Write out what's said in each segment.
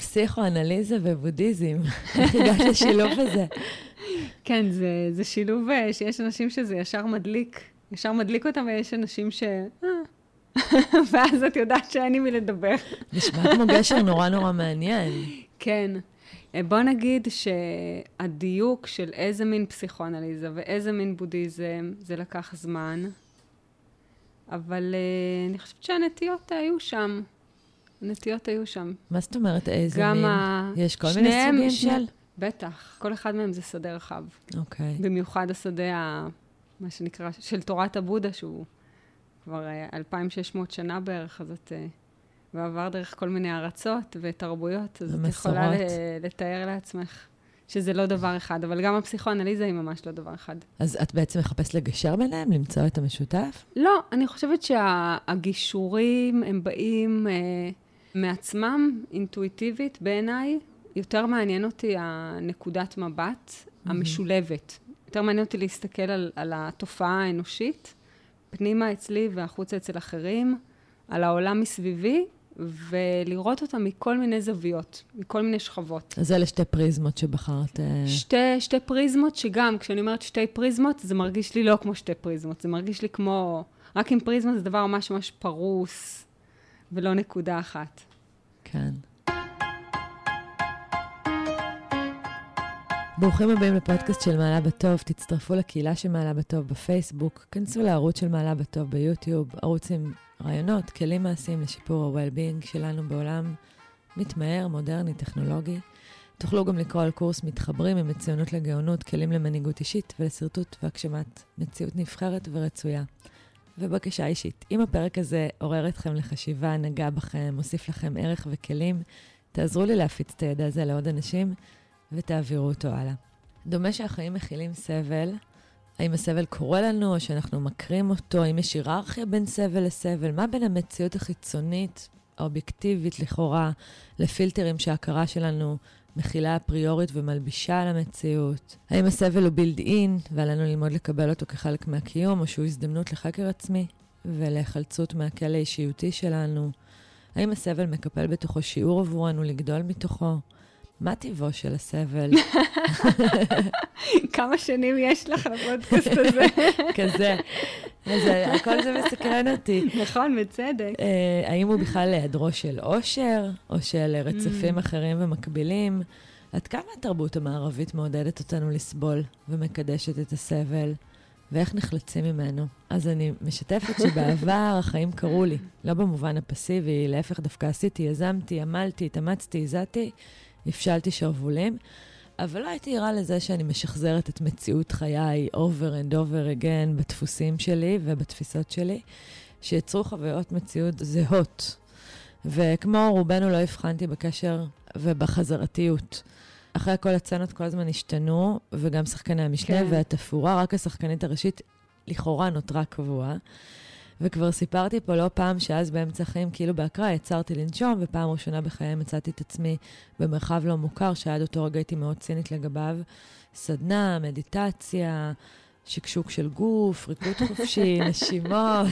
פסיכואנליזה ובודהיזם. איך הגעת לשילוב הזה? כן, זה שילוב שיש אנשים שזה ישר מדליק אותם, ויש אנשים ואז את יודעת שאני מלדבר. נשמע כמו גשר נורא נורא מעניין. כן. בוא נגיד שהדיוק של איזה מין פסיכואנליזה ואיזה מין בודהיזם, זה לקח זמן. אבל אני חושבת שהנטיות היו שם. מה זאת אומרת איזה מין? יש כל מיני סוגים של? בטח. כל אחד מהם זה שדה רחב. אוקיי. במיוחד השדה, מה שנקרא, של תורת הבודה, שהוא כבר 2600 שנה בערך, אז את... ועבר דרך כל מיני ארצות ותרבויות, אז את יכולה לתאר לעצמך שזה לא דבר אחד, אבל גם הפסיכואנליזה היא ממש לא דבר אחד. אז את בעצם מחפשת לגשר ביניהם, למצוא את המשותף? לא, אני חושבת שהגישורים הם באים מעצמם, אינטואיטיבית בעיניי. יותר מעניין אותי הנקודת מבט המשולבת. יותר מעניין אותי להסתכל על התופעה האנושית, פנימה אצלי והחוצה אצל אחרים, על העולם מסביבי, ולראות אותה מכל מיני זוויות, מכל מיני שכבות. אז אלה שתי פריזמות שבחרת. שתי פריזמות שגם, כשאני אומרת שתי פריזמות, זה מרגיש לי לא כמו שתי פריזמות, זה מרגיש לי כמו, רק עם פריזמה זה דבר ממש ממש פרוס, ולא נקודה אחת. כן. ברוכים הבאים לפודקאסט של מעלה בטוב, תצטרפו לקהילה של מעלה בטוב בפייסבוק, כנסו לערוץ של מעלה בטוב ביוטיוב, ערוץ עם רעיונות, כלים מעשיים לשיפור ה-well-being שלנו בעולם מתמהר, מודרני, טכנולוגי. תוכלו גם לקרוא על קורס מתחברים עם מציונות לגאונות, כלים למנהיגות אישית ולסרטוט והגשמת מציאות נבחרת ורצויה. ובקשה אישית, אם הפרק הזה עורר אתכם לחשיבה, נגע בכם, מוסיף לכם ערך וכלים, תעזרו לי להפיץ את הידע הזה לעוד אנשים ותעבירו אותו הלאה. דומה שהחיים מכילים סבל, האם הסבל קורה לנו או שאנחנו מקרים אותו, האם יש היררכיה בין סבל לסבל, מה בין המציאות החיצונית, האובייקטיבית לכאורה, לפילטרים שההכרה שלנו מכילה אפריורית ומלבישה על המציאות, האם הסבל הוא בילד אין ועלינו ללמוד לקבל אותו כחלק מהקיום, או שהוא הזדמנות לחקר עצמי ולהחלצות מהכלא האישיותי שלנו, האם הסבל מקפל בתוכו שיעור עבורנו לגדול מתוכו, מה טבעו של הסבל? כמה שנים יש לך לפודקאסט הזה? כזה. אז הכל זה מסקרן אותי. נכון, בצדק. האם הוא בכלל להיעדרו של עושר, או של רצפים אחרים ומקבילים? עד כמה התרבות המערבית מעודדת אותנו לסבול ומקדשת את הסבל? ואיך נחלצים ממנו? אז אני משתפת שבעבר החיים קרו לי. לא במובן הפסיבי, להפך דווקא עשיתי, יזמתי, עמלתי, התאמצתי, הזעתי, הפשלתי שרבולים, אבל לא הייתי ערה לזה שאני משחזרת את מציאות חיי over and over again בדפוסים שלי ובתפיסות שלי, שיצרו חוויות מציאות זהות. וכמו רובנו לא הבחנתי בקשר ובחזרתיות. אחרי כל הצנות כל הזמן השתנו, וגם שחקני המשנה והתפורה, רק השחקנית הראשית לכאורה נותרה קבועה. וכבר סיפרתי פה לא פעם שאז באמצע החיים, כאילו בהקראה, יצרתי לנשום, ופעם ראשונה בחיי מצאתי את עצמי במרחב לא מוכר, שעד אותו רגע הייתי מאוד צינית לגביו. סדנה, מדיטציה, שקשוק של גוף, ריקוד חופשי, נשימות.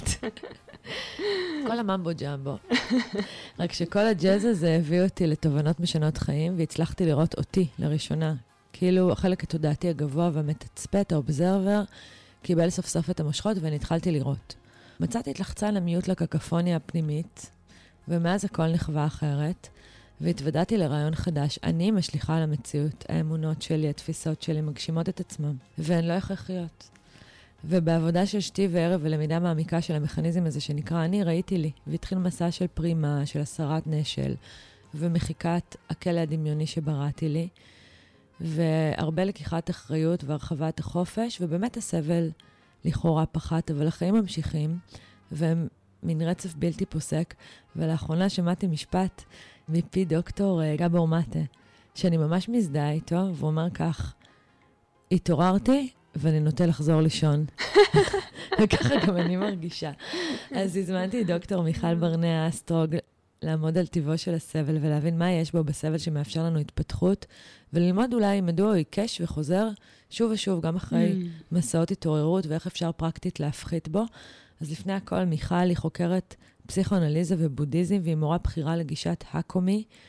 כל הממבו ג'מבו. רק שכל הג'אז הזה הביא אותי לתובנות משנות חיים, והצלחתי לראות אותי לראשונה. כאילו החלק התודעתי הגבוה והמתצפת, האובזרבר, קיבל סוף סוף את המושכות ונתחלתי לראות. מצאתי את לחצן המיוט לקקפוניה הפנימית, ומאז הכל נחווה אחרת, והתוודעתי לרעיון חדש. אני משליחה על המציאות, האמונות שלי, התפיסות שלי, מגשימות את עצמם, והן לא הכרחיות. ובעבודה של שתי וערב ולמידה מעמיקה של המכניזם הזה שנקרא אני, ראיתי לי, והתחיל מסע של פרימה, של הסרת נשל, ומחיקת הכלא הדמיוני שבראתי לי, והרבה לקיחת אחריות והרחבת החופש, ובאמת הסבל לכאורה פחת, אבל החיים ממשיכים, והם מין רצף בלתי פוסק, ולאחרונה שמעתי משפט מפי דוקטור גבור מטה, שאני ממש מזדהה איתו, והוא אומר כך, התעוררתי ואני נוטה לחזור לישון. וככה גם אני מרגישה. אז הזמנתי דוקטור מיכל ברנע אסטרוג לעמוד על טבעו של הסבל, ולהבין מה יש בו בסבל שמאפשר לנו התפתחות, וללמוד אולי מדוע הוא עיקש וחוזר שוב ושוב, גם אחרי מסעות התעוררות, ואיך אפשר פרקטית להפחית בו. אז לפני הכל, מיכל היא חוקרת פסיכואנליזה ובודהיזם, והיא מורה בחירה לגישת הקומי,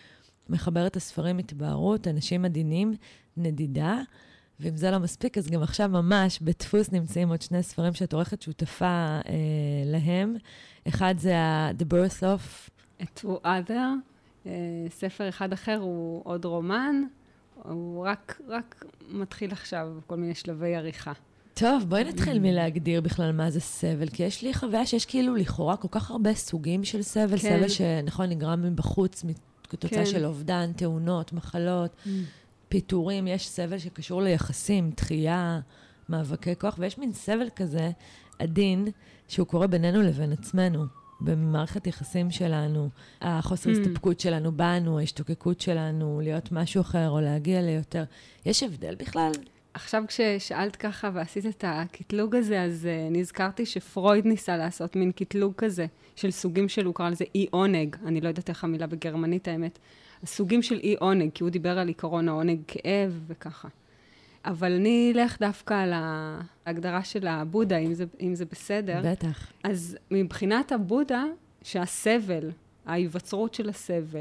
מחבר את הספרים התבהרות, אנשים עדינים, נדידה, ואם זה לא מספיק, אז גם עכשיו ממש בדפוס נמצאים עוד שני ספרים שאת עורכת שותפה להם. אחד זה The Birth of... A True Other. ספר אחד אחר הוא עוד רומן, הוא רק מתחיל עכשיו כל מיני שלבי עריכה. טוב, בואי נתחיל מלהגדיר בכלל מה זה סבל, כי יש לי חוויה שיש כאילו לכאורה כל כך הרבה סוגים של סבל, כן. סבל שנכון נגרם מבחוץ, כתוצאה של אובדן, תאונות, מחלות, פיתורים, יש סבל שקשור ליחסים, דחייה, מאבקי כוח, ויש מין סבל כזה עדין, שהוא קורה בינינו לבין עצמנו, במערכת יחסים שלנו, החוסר הסתפקות שלנו בנו, ההשתוקקות שלנו, להיות משהו אחר או להגיע ליותר. יש הבדל בכלל? עכשיו כששאלת ככה ועשית את הקטלוג הזה, אז נזכרתי שפרויד ניסה לעשות מין קטלוג כזה, של סוגים שלו, הוא קרא לזה אי עונג, אני לא יודעת איך המילה בגרמנית האמת, הסוגים של אי עונג, כי הוא דיבר על עיקרון העונג כאב וככה. אבל אני אלך דווקא על ההגדרה של הבודה, אם זה בסדר. בטח. אז מבחינת הבודה, שהסבל, ההיווצרות של הסבל,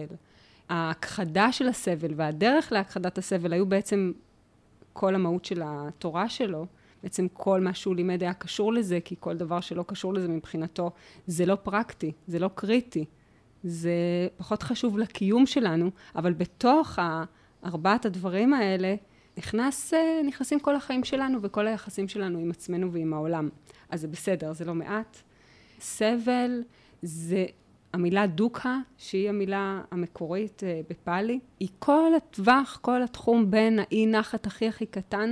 ההכחדה של הסבל והדרך להכחדת הסבל היו בעצם כל המהות של התורה שלו, בעצם כל מה שהוא לימד היה קשור לזה, כי כל דבר שלא קשור לזה מבחינתו, זה לא פרקטי, זה לא קריטי, זה פחות חשוב לקיום שלנו, אבל בתוך ארבעת הדברים האלה, נכנסים כל החיים שלנו וכל היחסים שלנו עם עצמנו ועם העולם. אז זה בסדר, זה לא מעט. סבל זה המילה דוקה, שהיא המילה המקורית בפאלי, היא כל הטווח, כל התחום בין האי נחת הכי קטן,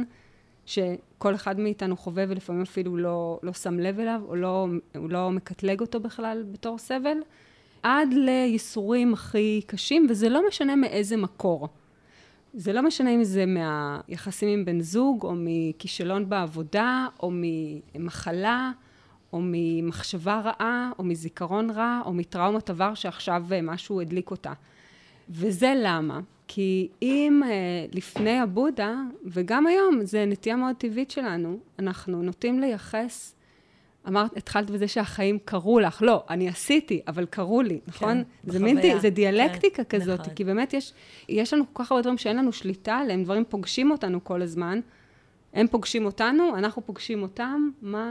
שכל אחד מאיתנו חווה ולפעמים אפילו לא שם לב אליו, או לא מקטלג אותו בכלל בתור סבל, עד לייסורים הכי קשים, וזה לא משנה מאיזה מקור. זה לא משנה אם זה מהיחסים עם בן זוג, או מכישלון בעבודה, או ממחלה, או ממחשבה רעה, או מזיכרון רע, או מטראומת עבר שעכשיו משהו הדליק אותה. וזה למה? כי אם לפני הבודה, וגם היום, זה נטייה מאוד טבעית שלנו, אנחנו נוטים לייחס, התחלת בזה שהחיים קרו לך, לא, אני עשיתי, אבל קרו לי, נכון? כן, זה בחוויה. זה דיאלקטיקה כזאת, נכון. כי באמת יש לנו כל כך הרבה דברים שאין לנו שליטה עליהם, דברים פוגשים אותנו כל הזמן, הם פוגשים אותנו, אנחנו פוגשים אותם,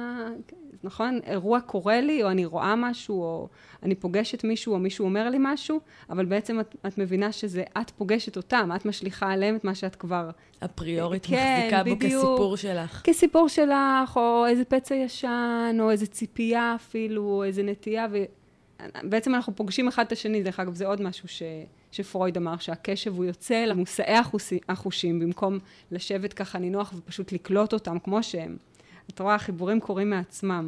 נכון? אירוע קורה לי, או אני רואה משהו, או אני פוגשת מישהו, או מישהו אומר לי משהו, אבל בעצם את מבינה שזה, את פוגשת אותם, את משליחה עליהם את מה שאת כבר... אפריורית כן, מחזיקה בו בדיוק. כסיפור שלך. כסיפור שלך, או איזה פצע ישן, או איזה ציפייה אפילו, או איזה נטייה, ובעצם אנחנו פוגשים אחד את השני, דרך אגב, זה עוד משהו שפרויד אמר, שהקשב הוא יוצא למושאי החושים, במקום לשבת ככה נינוח ופשוט לקלוט אותם כמו שהם. את רואה, החיבורים קורים מעצמם.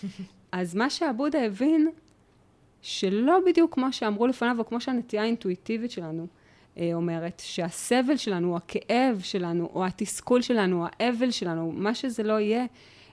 אז מה שהבודה הבין, שלא בדיוק כמו שאמרו לפניו, או כמו שהנטייה האינטואיטיבית שלנו אומרת, שהסבל שלנו, או הכאב שלנו, או התסכול שלנו, או האבל שלנו, מה שזה לא יהיה,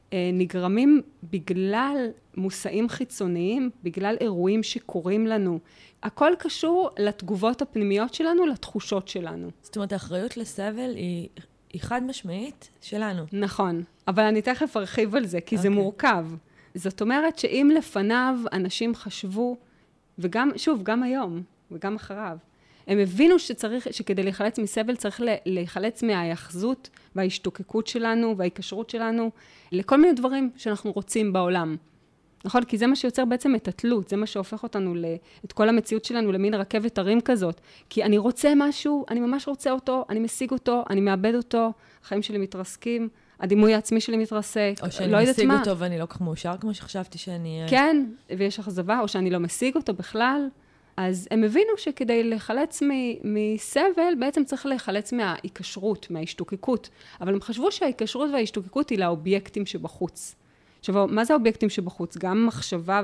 נגרמים בגלל מושאים חיצוניים, בגלל אירועים שקורים לנו. הכל קשור לתגובות הפנימיות שלנו, לתחושות שלנו. זאת אומרת, האחריות לסבל היא חד משמעית שלנו. נכון, אבל אני תכף ארחיב על זה, כי זה מורכב. זאת אומרת שאם לפניו אנשים חשבו, וגם, שוב, גם היום, וגם אחריו, הם הבינו שכדי להיחלץ מסבל צריך להיחלץ מההיאחזות וההשתוקקות שלנו וההיקשרות שלנו לכל מיני דברים שאנחנו רוצים בעולם. נכון? כי זה מה שיוצר בעצם את התלות, זה מה שהופך אותנו, את כל המציאות שלנו למין רכבת הרים כזאת. כי אני רוצה משהו, אני ממש רוצה אותו, אני משיג אותו, אני מאבד אותו, החיים שלי מתרסקים, הדימוי העצמי שלי מתרסק, או שאני משיג אותו ואני לא כך מאושר כמו שחשבתי שאני... כן, ויש אכזבה, או שאני לא משיג אותו בכלל. אז הם הבינו שכדי להיחלץ מסבל, בעצם צריך להיחלץ מההיקשרות, מההשתוקקות. אבל הם חשבו שההיקשרות וההשתוקקות היא לאובייקטים שבחוץ. עכשיו, מה זה האובייקטים שבחוץ? גם מחשבה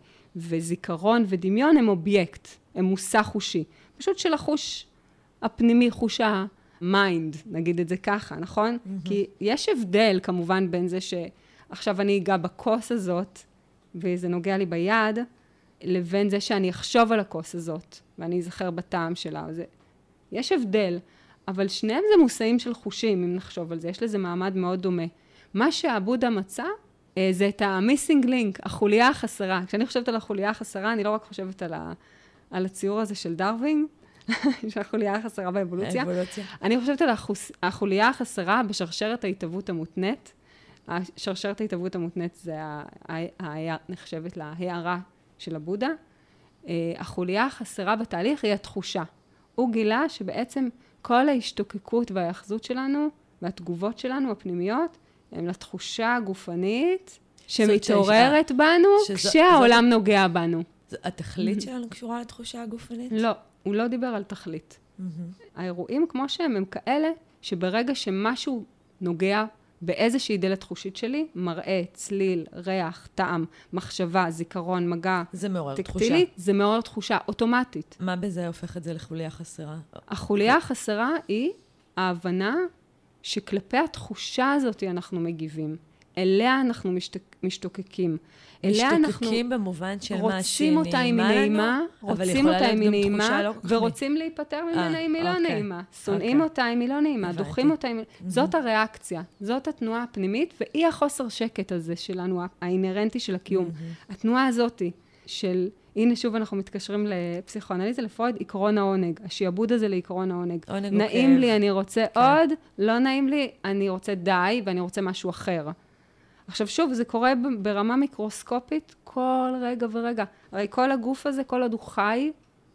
וזיכרון ודמיון הם אובייקט, הם מושא חושי. פשוט של החוש הפנימי, חוש המיינד, נגיד את זה ככה, נכון? כי יש הבדל כמובן בין זה שעכשיו אני אגע בכוס הזאת, וזה נוגע לי ביד, לבין זה שאני אחשוב על הכוס הזאת, ואני אזכר בטעם שלה. יש הבדל, אבל שניהם זה מושאים של חושים, אם נחשוב על זה. יש לזה מעמד מאוד דומה. מה שהבודה מצא, זה את ה-missing link, החוליה החסרה. כשאני חושבת על החוליה החסרה, אני לא רק חושבת על הציור הזה של דרווין, שהחוליה החסרה באבולוציה. אני חושבת על החוליה החסרה בשרשרת ההתהוות המותנית. שרשרת ההתהוות המותנית זה נחשבת להערה של הבודה. החוליה החסרה בתהליך היא התחושה. הוא גילה שבעצם כל ההשתוקקות וההאחזות שלנו, והתגובות שלנו הפנימיות, הן לתחושה הגופנית שמתעוררת בנו כשהעולם נוגע בנו. התכלית שלנו קשורה לתחושה הגופנית? לא, הוא לא דיבר על תכלית. האירועים כמו שהם, הם כאלה שברגע שמשהו נוגע באיזושהי דלת חושית שלי, מראה, צליל, ריח, טעם, מחשבה, זיכרון, מגע, זה מעורר טקטילי, תחושה. זה מעורר תחושה אוטומטית. מה בזה הופך את זה לחוליה חסרה? החוליה החסרה היא ההבנה שכלפי התחושה הזאת אנחנו מגיבים. אליה אנחנו משתוקקים. משתוקקים במובן של מה רוצים אותה אם היא נעימה, רוצים אותה אם היא נעימה, ורוצים להיפטר ממנה אם היא לא נעימה. שונאים אותה אם היא לא נעימה, דוחים אותה אם... זאת הריאקציה, זאת התנועה הפנימית, והיא החוסר שקט הזה שלנו, האינרנטי של הקיום. התנועה הזאת של, הנה שוב אנחנו מתקשרים לפסיכואנליזה, לפרויד, עקרון העונג. השיעבוד הזה לעקרון העונג. נעים לי, אני רוצה עוד, לא נעים לי, אני רוצה די, ואני רוצה משהו אחר. עכשיו שוב, זה קורה ברמה מיקרוסקופית כל רגע ורגע. הרי כל הגוף הזה, כל עוד הוא חי,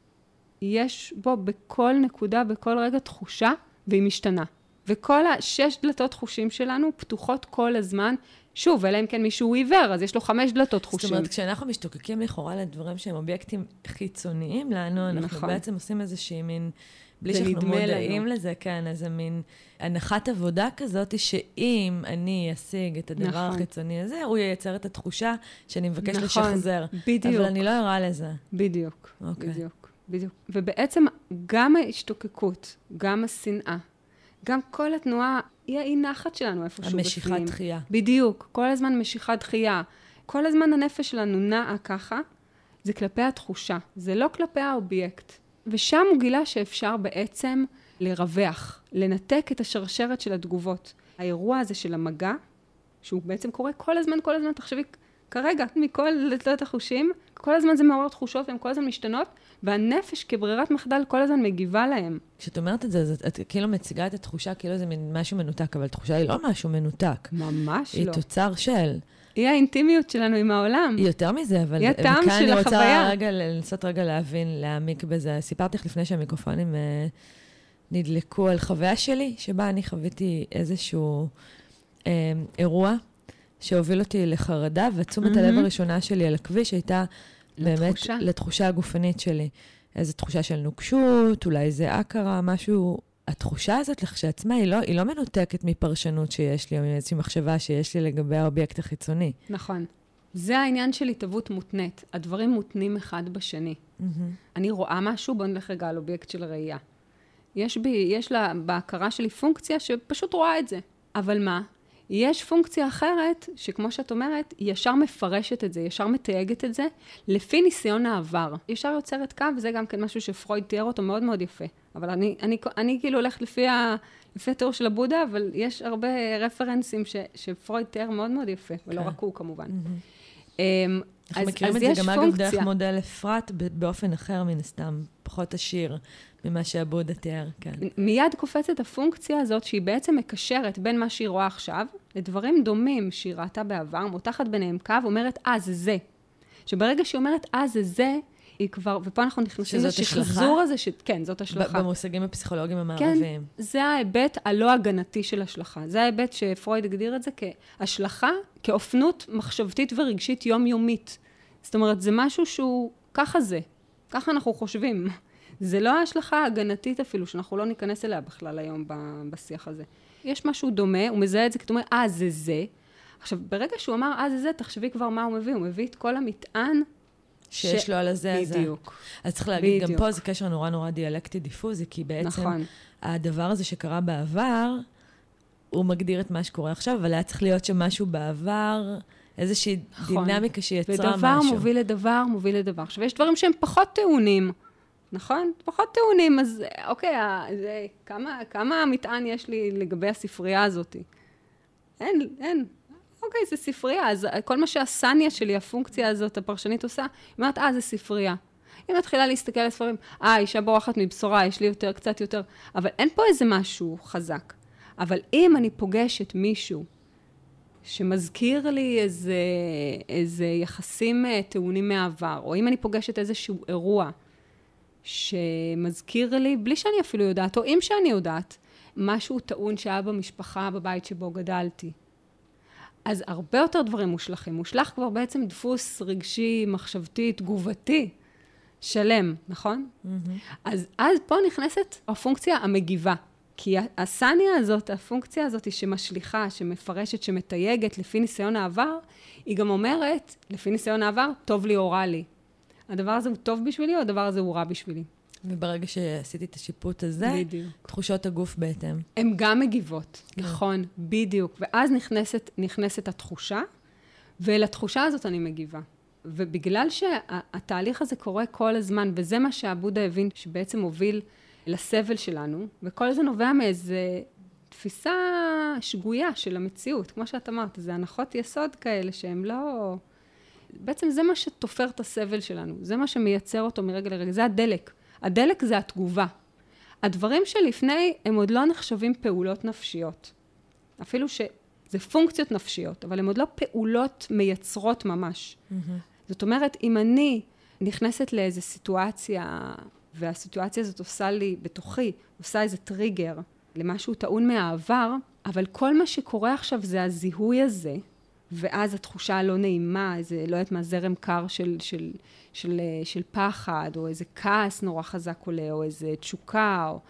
יש בו בכל נקודה, בכל רגע תחושה, והיא משתנה. וכל 6 דלתות חושים שלנו פתוחות כל הזמן. שוב, אלא אם כן מישהו עיוור, אז יש לו 5 דלתות חושים. זאת אומרת, כשאנחנו משתוקקים לכאורה לדברים שהם אובייקטים חיצוניים לנו, אנחנו בעצם עושים איזושהי מין... בלי שאנחנו מודעים לזה, כן, איזה מין הנחת עבודה כזאת, שאם אני אשיג את הדבר החיצוני הזה, הוא ייצר את התחושה שאני מבקש לשחזר. בדיוק. אבל אני לא אראה לזה. בדיוק, בדיוק. ובעצם גם ההשתוקקות, גם השנאה, גם כל התנועה, היא האי-נחת שלנו איפשהו בפנים. המשיכת דחייה. בדיוק, כל הזמן משיכת דחייה. כל הזמן הנפש שלנו נעה ככה, זה כלפי התחושה, זה לא כלפי האובייקט. ושם הוא גילה שאפשר בעצם לרווח, לנתק את השרשרת של התגובות. האירוע הזה של המגע, שהוא בעצם קורה כל הזמן, תחשבי, כרגע, מכל דלתות החושים, כל הזמן זה מעורר תחושות, והן כל הזמן משתנות, והנפש כברירת מחדל כל הזמן מגיבה להם. כשאת אומרת את זה, את כאילו מציגה את התחושה, כאילו זה משהו מנותק, אבל התחושה היא לא משהו מנותק. ממש לא. היא תוצר של... היא האינטימיות שלנו עם העולם. יותר מזה, אבל... היא הטעם של החוויה. אני רוצה לנסות רגע להבין, להעמיק בזה. סיפרתי לך לפני שהמיקרופונים נדלקו על חוויה שלי, שבה אני חוויתי איזשהו אירוע, שהוביל אותי לחרדה, ותשומת הלב הראשונה שלי על הכביש הייתה באמת לתחושה הגופנית שלי. איזו תחושה של נוקשות, אולי זה אקרה, משהו... התחושה הזאת לכשעצמה היא לא מנותקת מפרשנות שיש לי, או מאיזושהי מחשבה שיש לי לגבי האובייקט החיצוני. נכון. זה העניין של התהוות מותנית. הדברים מותנים אחד בשני. אני רואה משהו, בוא נלך רגע על אובייקט של ראייה. יש לה בהכרה שלי פונקציה שפשוט רואה את זה. אבל מה? יש פונקציה אחרת, שכמו שאת אומרת, היא ישר מפרשת את זה, ישר מתייגת את זה, לפי ניסיון העבר. ישר יוצרת קו, וזה גם כן משהו שפרויד תיאר אותו מאוד מאוד יפה. אבל אני כאילו הולכת לפי התיאור של הבודה, אבל יש הרבה רפרנסים שפרויד תיאר מאוד מאוד יפה, ולא רק הוא כמובן. אנחנו מכירים את זה גם אגב דרך מודל אפרת, באופן אחר מן הסתם, פחות עשיר ממה שהבודה תיאר, כן. מיד קופצת הפונקציה הזאת, שהיא בעצם מקשרת בין מה שהיא רואה עכשיו, לדברים דומים שהיא ראתה בעבר, מותחת ביניהם קו, אומרת, זה זה. שברגע שהיא אומרת, זה, היא כבר, ופה אנחנו נכנסים לשחזור הזה, כן, זאת השלכה. במושגים הפסיכולוגיים המערביים. כן, זה ההיבט הלא הגנתי של השלכה. זה ההיבט שפרויד הגדיר את זה כהשלכה, כאופנות מחשבתית ורגשית יומיומית. זאת אומרת, זה משהו שהוא, ככה אנחנו חושבים. זה לא ההשלכה ההגנתית אפילו, שאנחנו לא ניכנס אליה בכלל היום בשיח הזה. יש משהו דומה, הוא מזהה את זה, כתוב, זה. עכשיו, ברגע שהוא אמר, זה, תחשבי כבר מה הוא מביא. הוא מביא את כל המטען, שיש לו על הזה. בדיוק. אז צריך להגיד, גם פה זה קשר נורא נורא דיאלקטי דיפוזי, כי בעצם הדבר הזה שקרה בעבר, הוא מגדיר את מה שקורה עכשיו, אבל היה צריך להיות שמשהו בעבר, איזושהי דינמיקה שיצרה משהו. ודבר מוביל לדבר. עכשיו, יש דברים שהם פחות טעונים, נכון? פחות טעונים, אז אוקיי, כמה מטען יש לי לגבי הספרייה הזאת? אין. אוקיי, זה ספרייה, אז כל מה שהסניה שלי, הפונקציה הזאת, הפרשנית עושה, היא אומרת, זה ספרייה. היא מתחילה להסתכל על ספרים, אישה בורחת מבשורה, יש לי יותר, קצת יותר, אבל אין פה איזה משהו חזק. אבל אם אני פוגשת מישהו שמזכיר לי איזה יחסים טעונים מהעבר, או אם אני פוגשת איזשהו אירוע שמזכיר לי, בלי שאני אפילו יודעת, או אם שאני יודעת, משהו טעון שהיה במשפחה, בבית שבו גדלתי. אז הרבה יותר דברים מושלכים. מושלך כבר בעצם דפוס רגשי, מחשבתי, תגובתי, שלם, נכון? אז פה נכנסת הפונקציה המגיבה. כי הסניה הזאת, הפונקציה הזאת שמשליכה, שמפרשת, שמתייגת לפי ניסיון העבר, היא גם אומרת, לפי ניסיון העבר, טוב לי או רע לי. הדבר הזה הוא טוב בשבילי, או הדבר הזה הוא רע בשבילי. וברגע שעשיתי את השיפוט הזה, בדיוק. תחושות הגוף בהתאם. הן גם מגיבות, נכון, בדיוק. ואז נכנסת התחושה, ולתחושה הזאת אני מגיבה. ובגלל שהתהליך הזה קורה כל הזמן, וזה מה שהבודה הבין שבעצם מוביל לסבל שלנו, וכל זה נובע מאיזה תפיסה שגויה של המציאות. כמו שאת אמרת, זה הנחות יסוד כאלה שהם לא... בעצם זה מה שתופר את הסבל שלנו, זה מה שמייצר אותו מרגע לרגע, זה הדלק. הדלק זה התגובה. הדברים שלפני הם עוד לא נחשבים פעולות נפשיות. אפילו שזה פונקציות נפשיות, אבל הם עוד לא פעולות מייצרות ממש. זאת אומרת, אם אני נכנסת לאיזו סיטואציה, והסיטואציה הזאת עושה לי בתוכי, עושה איזה טריגר למשהו טעון מהעבר, אבל כל מה שקורה עכשיו זה הזיהוי הזה, ואז התחושה הלא נעימה, איזה, לא יודעת מה, זרם קר של פחד, או איזה כעס נורא חזק עולה, או איזה תשוקה, או...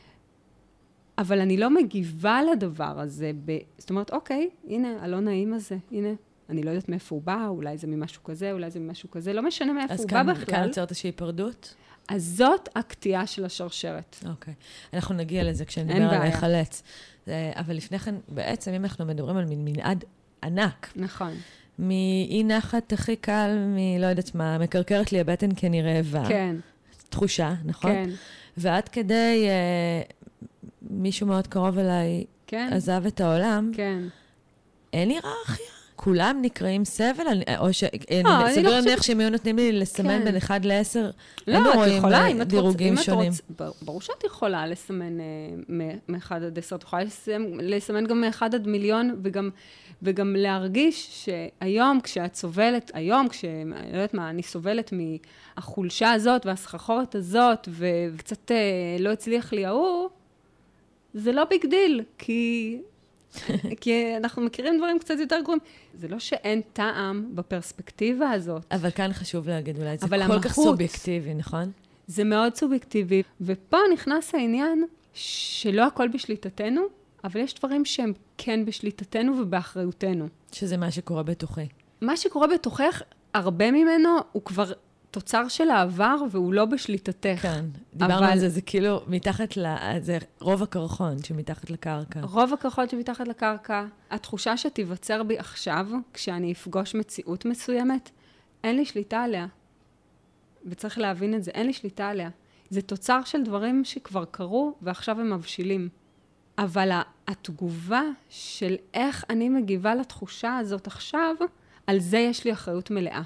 אבל אני לא מגיבה לדבר הזה, זאת אומרת, אוקיי, הנה, הלא נעים הזה, הנה, אני לא יודעת מאיפה הוא בא, אולי זה ממשהו כזה, אולי זה ממשהו כזה, לא משנה מאיפה הוא בא בכלל. אז כאן יוצרת איזושהי פרדות? אז זאת הקטיעה של השרשרת. אוקיי. אנחנו נגיע לזה כשנדבר על להיחלץ. אבל לפני כן, בעצם, אם אנחנו מדברים על מנעד ענק. נכון. מאי נחת הכי קל, לא יודעת מה, מקרקרת לי הבטן כי אני רעבה. כן. תחושה, נכון? כן. ועד כדי מישהו מאוד קרוב אליי עזב את העולם. כן. אין היררכיה? כולם נקראים סבל? או סביר להניח שהם היו נותנים לי לסמן בין 1 ל-10? לא, את יכולה, דירוגים שונים. ברור שאת יכולה לסמן מ-1 עד 10, את יכולה לסמן גם מ-1 עד מיליון, וגם להרגיש שהיום כשאת סובלת, לא יודעת מה, אני סובלת מהחולשה הזאת והסחרחורת הזאת, וקצת לא הצליח לי זה לא ביג דיל, כי אנחנו מכירים דברים קצת יותר גרועים. זה לא שאין טעם בפרספקטיבה הזאת. אבל כאן חשוב להגיד, אולי זה כל כך סובייקטיבי, נכון? זה מאוד סובייקטיבי, ופה נכנס העניין שלא הכל בשליטתנו, אבל יש דברים שהם כן בשליטתנו ובאחריותנו. שזה מה שקורה בתוכי. מה שקורה בתוכך, הרבה ממנו הוא כבר תוצר של העבר, והוא לא בשליטתך. כן, דיברנו על זה, זה כאילו מתחת זה רוב הקרחון שמתחת לקרקע. רוב הקרחון שמתחת לקרקע. התחושה שתיווצר בי עכשיו, כשאני אפגוש מציאות מסוימת, אין לי שליטה עליה. וצריך להבין את זה, אין לי שליטה עליה. זה תוצר של דברים שכבר קרו, ועכשיו הם מבשילים. אבל התגובה של איך אני מגיבה לתחושה הזאת עכשיו, על זה יש לי אחריות מלאה.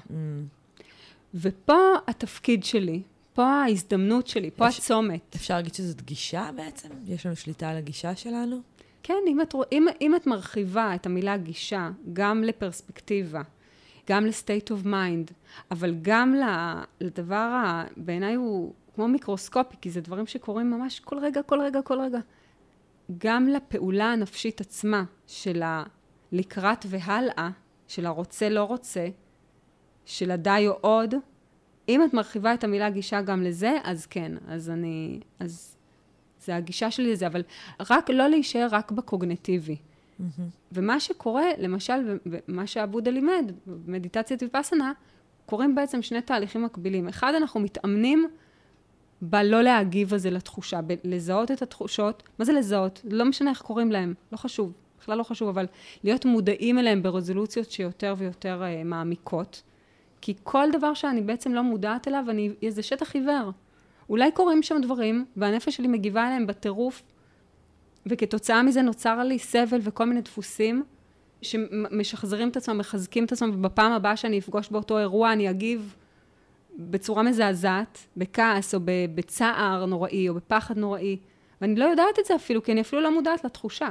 ופה התפקיד שלי, פה ההזדמנות שלי, פה הצומת. אפשר להגיד שזאת גישה בעצם? יש לנו שליטה על הגישה שלנו? כן, אם את מרחיבה את המילה גישה, גם לפרספקטיבה, גם ל-state of mind, אבל גם לדבר, בעיניי הוא כמו מיקרוסקופי, כי זה דברים שקורים ממש כל רגע, כל רגע, כל רגע. גם לפעולה הנפשית עצמה, של הלקראת והלאה, של הרוצה לא רוצה, של הדי או עוד, אם את מרחיבה את המילה גישה גם לזה, אז כן, אז זה הגישה שלי לזה, אבל רק לא להישאר רק בקוגניטיבי. ומה שקורה, למשל, ומה שהבודה לימד, במדיטציית ויפאסנה, קורים בעצם שני תהליכים מקבילים. אחד, אנחנו מתאמנים בלא להגיב הזה לתחושה, לזהות את התחושות. מה זה לזהות? לא משנה איך קוראים להם, לא חשוב, בכלל לא חשוב, אבל להיות מודעים אליהם ברזולוציות שיותר ויותר מעמיקות. כי כל דבר שאני בעצם לא מודעת אליו, זה שטח עיוור. אולי קורים שם דברים, והנפש שלי מגיבה אליהם בטירוף, וכתוצאה מזה נוצר לי סבל וכל מיני דפוסים, שמשחזרים את עצמם, מחזקים את עצמם, ובפעם הבאה שאני אפגוש באותו אירוע, אני אגיב בצורה מזעזעת, בכעס או בצער נוראי או בפחד נוראי, ואני לא יודעת את זה אפילו, כי אני אפילו לא מודעת לתחושה.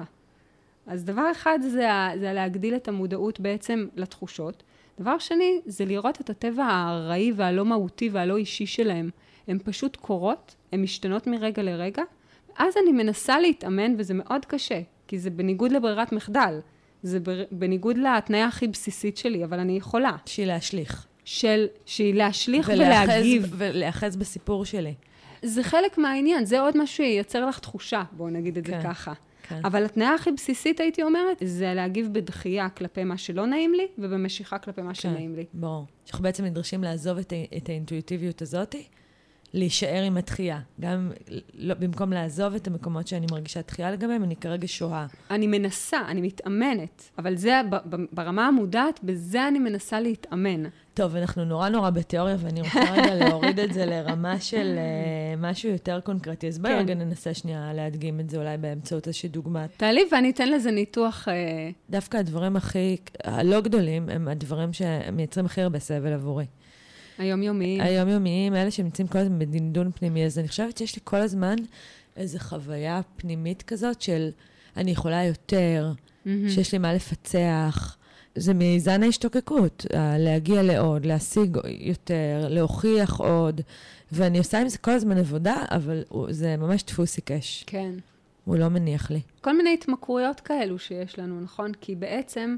אז דבר אחד זה להגדיל את המודעות בעצם לתחושות. דבר שני זה לראות את הטבע הראי והלא מהותי והלא אישי שלהם. הן פשוט קורות, הן משתנות מרגע לרגע, אז אני מנסה להתאמן וזה מאוד קשה, כי זה בניגוד לברירת מחדל. זה בניגוד להתניה הכי בסיסית שלי, אבל אני יכולה. שהיא להשליך. שהיא להשליך ולהגיב. ולהאחז בסיפור שלי. זה חלק מהעניין, זה עוד משהו שייצר לך תחושה, בואו נגיד את זה ככה. כן. אבל התניה הכי בסיסית, הייתי אומרת, זה להגיב בדחייה כלפי מה שלא נעים לי, ובמשיכה כלפי מה שנעים לי. ברור. שאנחנו בעצם נדרשים לעזוב את האינטואיטיביות הזאת, להישאר עם התחייה. גם במקום לעזוב את המקומות שאני מרגישה תחייה לגביהם, אני כרגע שוהה. אני מנסה, אני מתאמנת, אבל זה ברמה המודעת, בזה אני מנסה להתאמן. טוב, אנחנו נורא בתיאוריה, ואני רוצה רגע להוריד את זה לרמה של משהו יותר קונקרטי. אז בואי רגע ננסה שנייה להדגים את זה אולי באמצעות איזושהי דוגמה. תעלי ואני אתן לזה ניתוח. דווקא הדברים הלא גדולים, הם הדברים שמייצרים הכי הרבה סבל עבורי. היומיומיים. היומיומיים, אלה שנמצאים כל הזמן בדינדון פנימי. אז אני חושבת שיש לי כל הזמן איזו חוויה פנימית כזאת של אני יכולה יותר, שיש לי מה לפצח. זה מאיזן ההשתוקקות, להגיע לעוד, להשיג יותר, להוכיח עוד, ואני עושה עם זה כל הזמן עבודה, אבל זה ממש דפוס עיקש. כן. הוא לא מניח לי. כל מיני התמכרויות כאלו שיש לנו, נכון? כי בעצם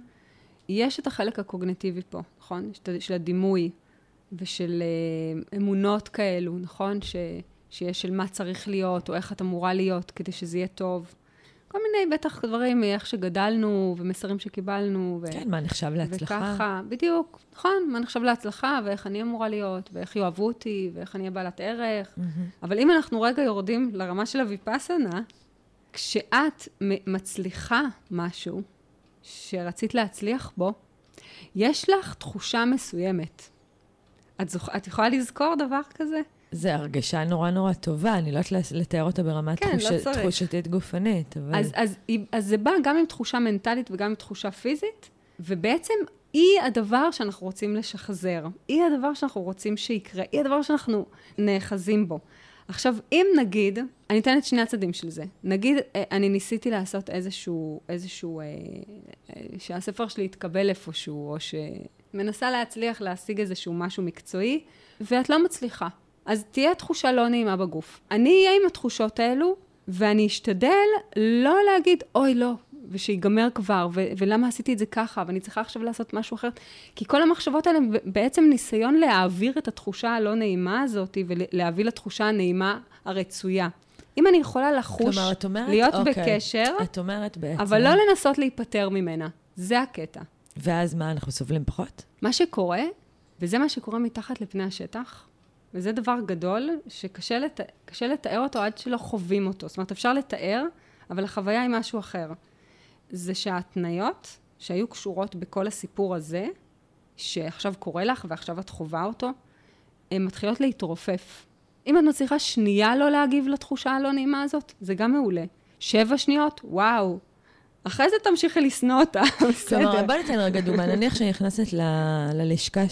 יש את החלק הקוגניטיבי פה, נכון? של הדימוי ושל אמונות כאלו, נכון? שיש של מה צריך להיות או איך את אמורה להיות כדי שזה יהיה טוב. כל מיני בטח דברים, איך שגדלנו ומסרים שקיבלנו. כן, מה נחשב להצלחה. וככה, בדיוק, נכון, מה נחשב להצלחה ואיך אני אמורה להיות, ואיך יאהבו אותי, ואיך אני אהיה בעלת ערך. אבל אם אנחנו רגע יורדים לרמה של הויפאסנה, כשאת מצליחה משהו שרצית להצליח בו, יש לך תחושה מסוימת. את יכולה לזכור דבר כזה? זה הרגשה נורא טובה, אני לא יודעת לתאר אותה ברמה תחושתית גופנית. אבל... אז זה בא גם עם תחושה מנטלית וגם עם תחושה פיזית, ובעצם היא הדבר שאנחנו רוצים לשחזר, היא הדבר שאנחנו רוצים שיקרה, היא הדבר שאנחנו נאחזים בו. עכשיו, אם נגיד, אני אתן את שני הצדים של זה, נגיד, אני ניסיתי לעשות איזשהו שהספר שלי יתקבל איפשהו, או שמנסה להצליח להשיג איזשהו משהו מקצועי, ואת לא מצליחה. אז תהיה תחושה לא נעימה בגוף. אני אהיה עם התחושות האלו, ואני אשתדל לא להגיד, אוי לא, ושיגמר כבר, ולמה עשיתי את זה ככה, ואני צריכה עכשיו לעשות משהו אחר. כי כל המחשבות האלה בעצם ניסיון להעביר את התחושה הלא נעימה הזאת, ולהביא לתחושה הנעימה הרצויה. אם אני יכולה לחוש, כלומר, את אומרת, להיות בקשר, את אומרת בעצם. אבל לא לנסות להיפטר ממנה. זה הקטע. ואז מה, אנחנו סובלים פחות? מה שקורה, וזה מה שקורה מתחת לפני השטח, וזה דבר גדול שקשה לתאר אותו עד שלא חווים אותו. זאת אומרת, אפשר לתאר, אבל החוויה היא משהו אחר. זה שההתניות שהיו קשורות בכל הסיפור הזה, שעכשיו קורה לך ועכשיו את חווה אותו, הן מתחילות להתרופף. אם את מצליחה שנייה לא להגיב לתחושה הלא נעימה הזאת, זה גם מעולה. 7 שניות, וואו. אחרי זה תמשיכי לשנוא אותה. כלומר, בוא ניתן רגע דוגמה. נניח שאני נכנסת ללשכה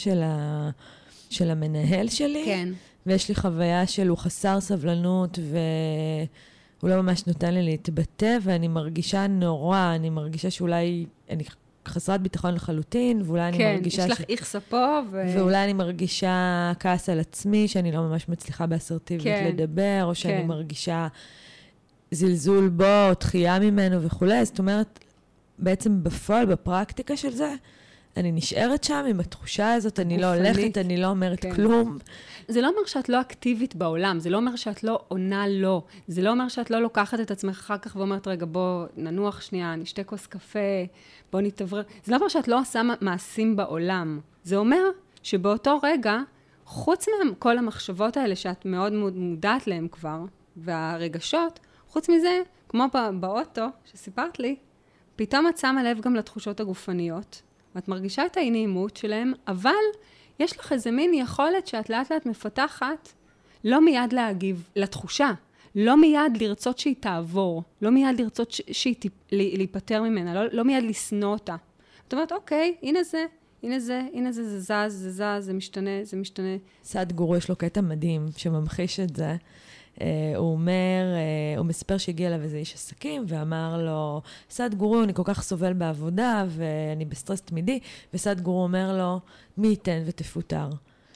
של המנהל שלי, כן. ויש לי חוויה הוא חסר סבלנות, והוא לא ממש נותן לי להתבטא, ואני מרגישה נורא, אני מרגישה שאולי אני חסרת ביטחון לחלוטין, ואולי אני מרגישה... כן, יש לך איכסה פה, ואולי אני מרגישה כעס על עצמי, שאני לא ממש מצליחה באסרטיביות לדבר, או שאני מרגישה זלזול בו, או דחייה ממנו וכו'. זאת אומרת, בעצם בפועל, בפרקטיקה של זה, אני נשארת שם עם התחושה הזאת, אני לא הולכת, אני לא אומרת כלום. זה לא אומר שאת לא אקטיבית בעולם, זה לא אומר שאת לא עונה לא, זה לא אומר שאת לא לוקחת את עצמך אחר כך ואומרת, רגע, בוא ננוח שנייה, נשתה כוס קפה, בוא נתעבר. זה לא אומר שאת לא עושה מעשים בעולם. זה אומר שבאותו רגע, חוץ מכל המחשבות האלה שאת מאוד מודעת להם כבר, והרגשות, חוץ מזה, כמו באוטו שסיפרת לי, פתאום את שמה לב גם לתחושות הגופניות, ואת מרגישה את האי-נעימות שלהם, אבל יש לך איזה מין יכולת שאת לאט לאט מפתחת, לא מיד להגיב לתחושה, לא מיד לרצות שהיא תעבור, לא מיד לרצות שהיא להיפטר ממנה, לא מיד לשנוא אותה. זאת אומרת, אוקיי, הנה זה זז, זה משתנה. סדגורו יש לו קטע מדהים שממחיש את זה. הוא מספר שהגיע אליו איזה איש עסקים, ואמר לו, סדגורו, אני כל כך סובל בעבודה, ואני בסטרס תמידי, וסדגורו אומר לו, מי ייתן ותפוטר.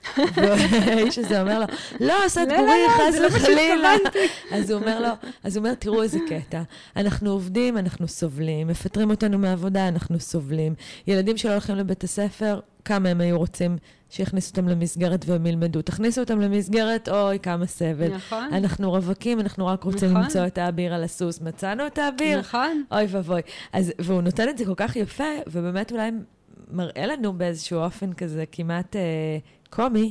והאיש הזה אומר לו, לא, סדגורי, חס וחלילה. אז הוא אומר, תראו איזה קטע. אנחנו עובדים, אנחנו סובלים. מפטרים אותנו מהעבודה, אנחנו סובלים. ילדים שלא הולכים לבית הספר, כמה הם היו רוצים שיכניסו אותם למסגרת והם ילמדו. תכניסו אותם למסגרת, אוי, כמה סבל. נכון. אנחנו רווקים, אנחנו רק רוצים למצוא את האביר על הסוס. מצאנו את האביר? נכון. אוי ובוי. והוא נותן את זה כל כך יפה, ובאמת אולי מראה לנו באיזשהו אופן כזה כמעט קומי,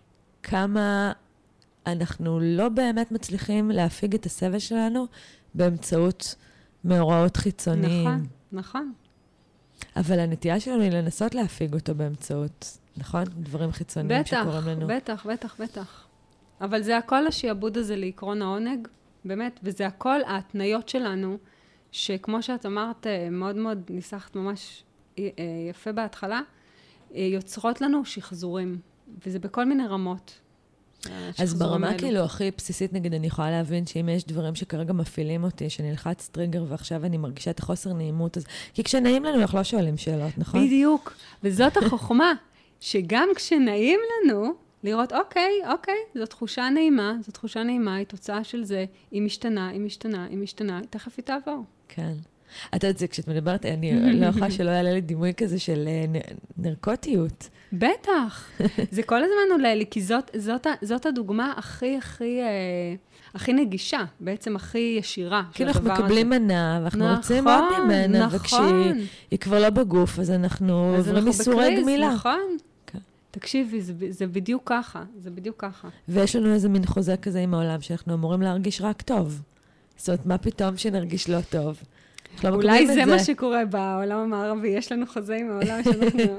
כמה אנחנו לא באמת מצליחים להפיג את הסבל שלנו באמצעות מאורעות חיצוניים. נכון. אבל הנטייה שלנו היא לנסות להפיג אותו באמצעות, נכון? דברים חיצוניים שקוראים לנו. בטח. אבל זה הכל השיעבוד הזה לעקרון העונג, באמת, וזה הכל ההתניות שלנו, שכמו שאת אמרת, מאוד מאוד ניסחת ממש יפה בהתחלה, יוצרות לנו שחזורים, וזה בכל מיני רמות. אז ברמה כאילו הכי בסיסית, נגיד, אני יכולה להבין שאם יש דברים שכרגע מפעילים אותי, שנלחץ טריגר ועכשיו אני מרגישה את החוסר נעימות, אז כי כשנעים לנו, אנחנו לא שואלים שאלות, נכון? בדיוק. וזאת החוכמה, שגם כשנעים לנו, לראות, אוקיי, זו תחושה נעימה, היא תוצאה של זה, היא משתנה, תכף היא תעבור. כן. אתה יודעת, כשאת מדברת, אני לא יכולה שלא יעלה לי דימוי כזה של נרקוטיות. בטח. זה כל הזמן עולה לי, כי זאת הדוגמה הכי נגישה, בעצם הכי ישירה. כאילו אנחנו מקבלים מנה, ואנחנו רוצים עוד ממנה, וכשהיא כבר לא בגוף, אז אנחנו עוברים איסורי גמילה. נכון. תקשיבי, זה בדיוק ככה. ויש לנו איזה מין חוזה כזה עם העולם, שאנחנו אמורים להרגיש רק טוב. זאת אומרת, מה פתאום שנרגיש לא טוב? אולי זה מה שקורה בעולם המערבי, יש לנו חוזה עם העולם שאנחנו...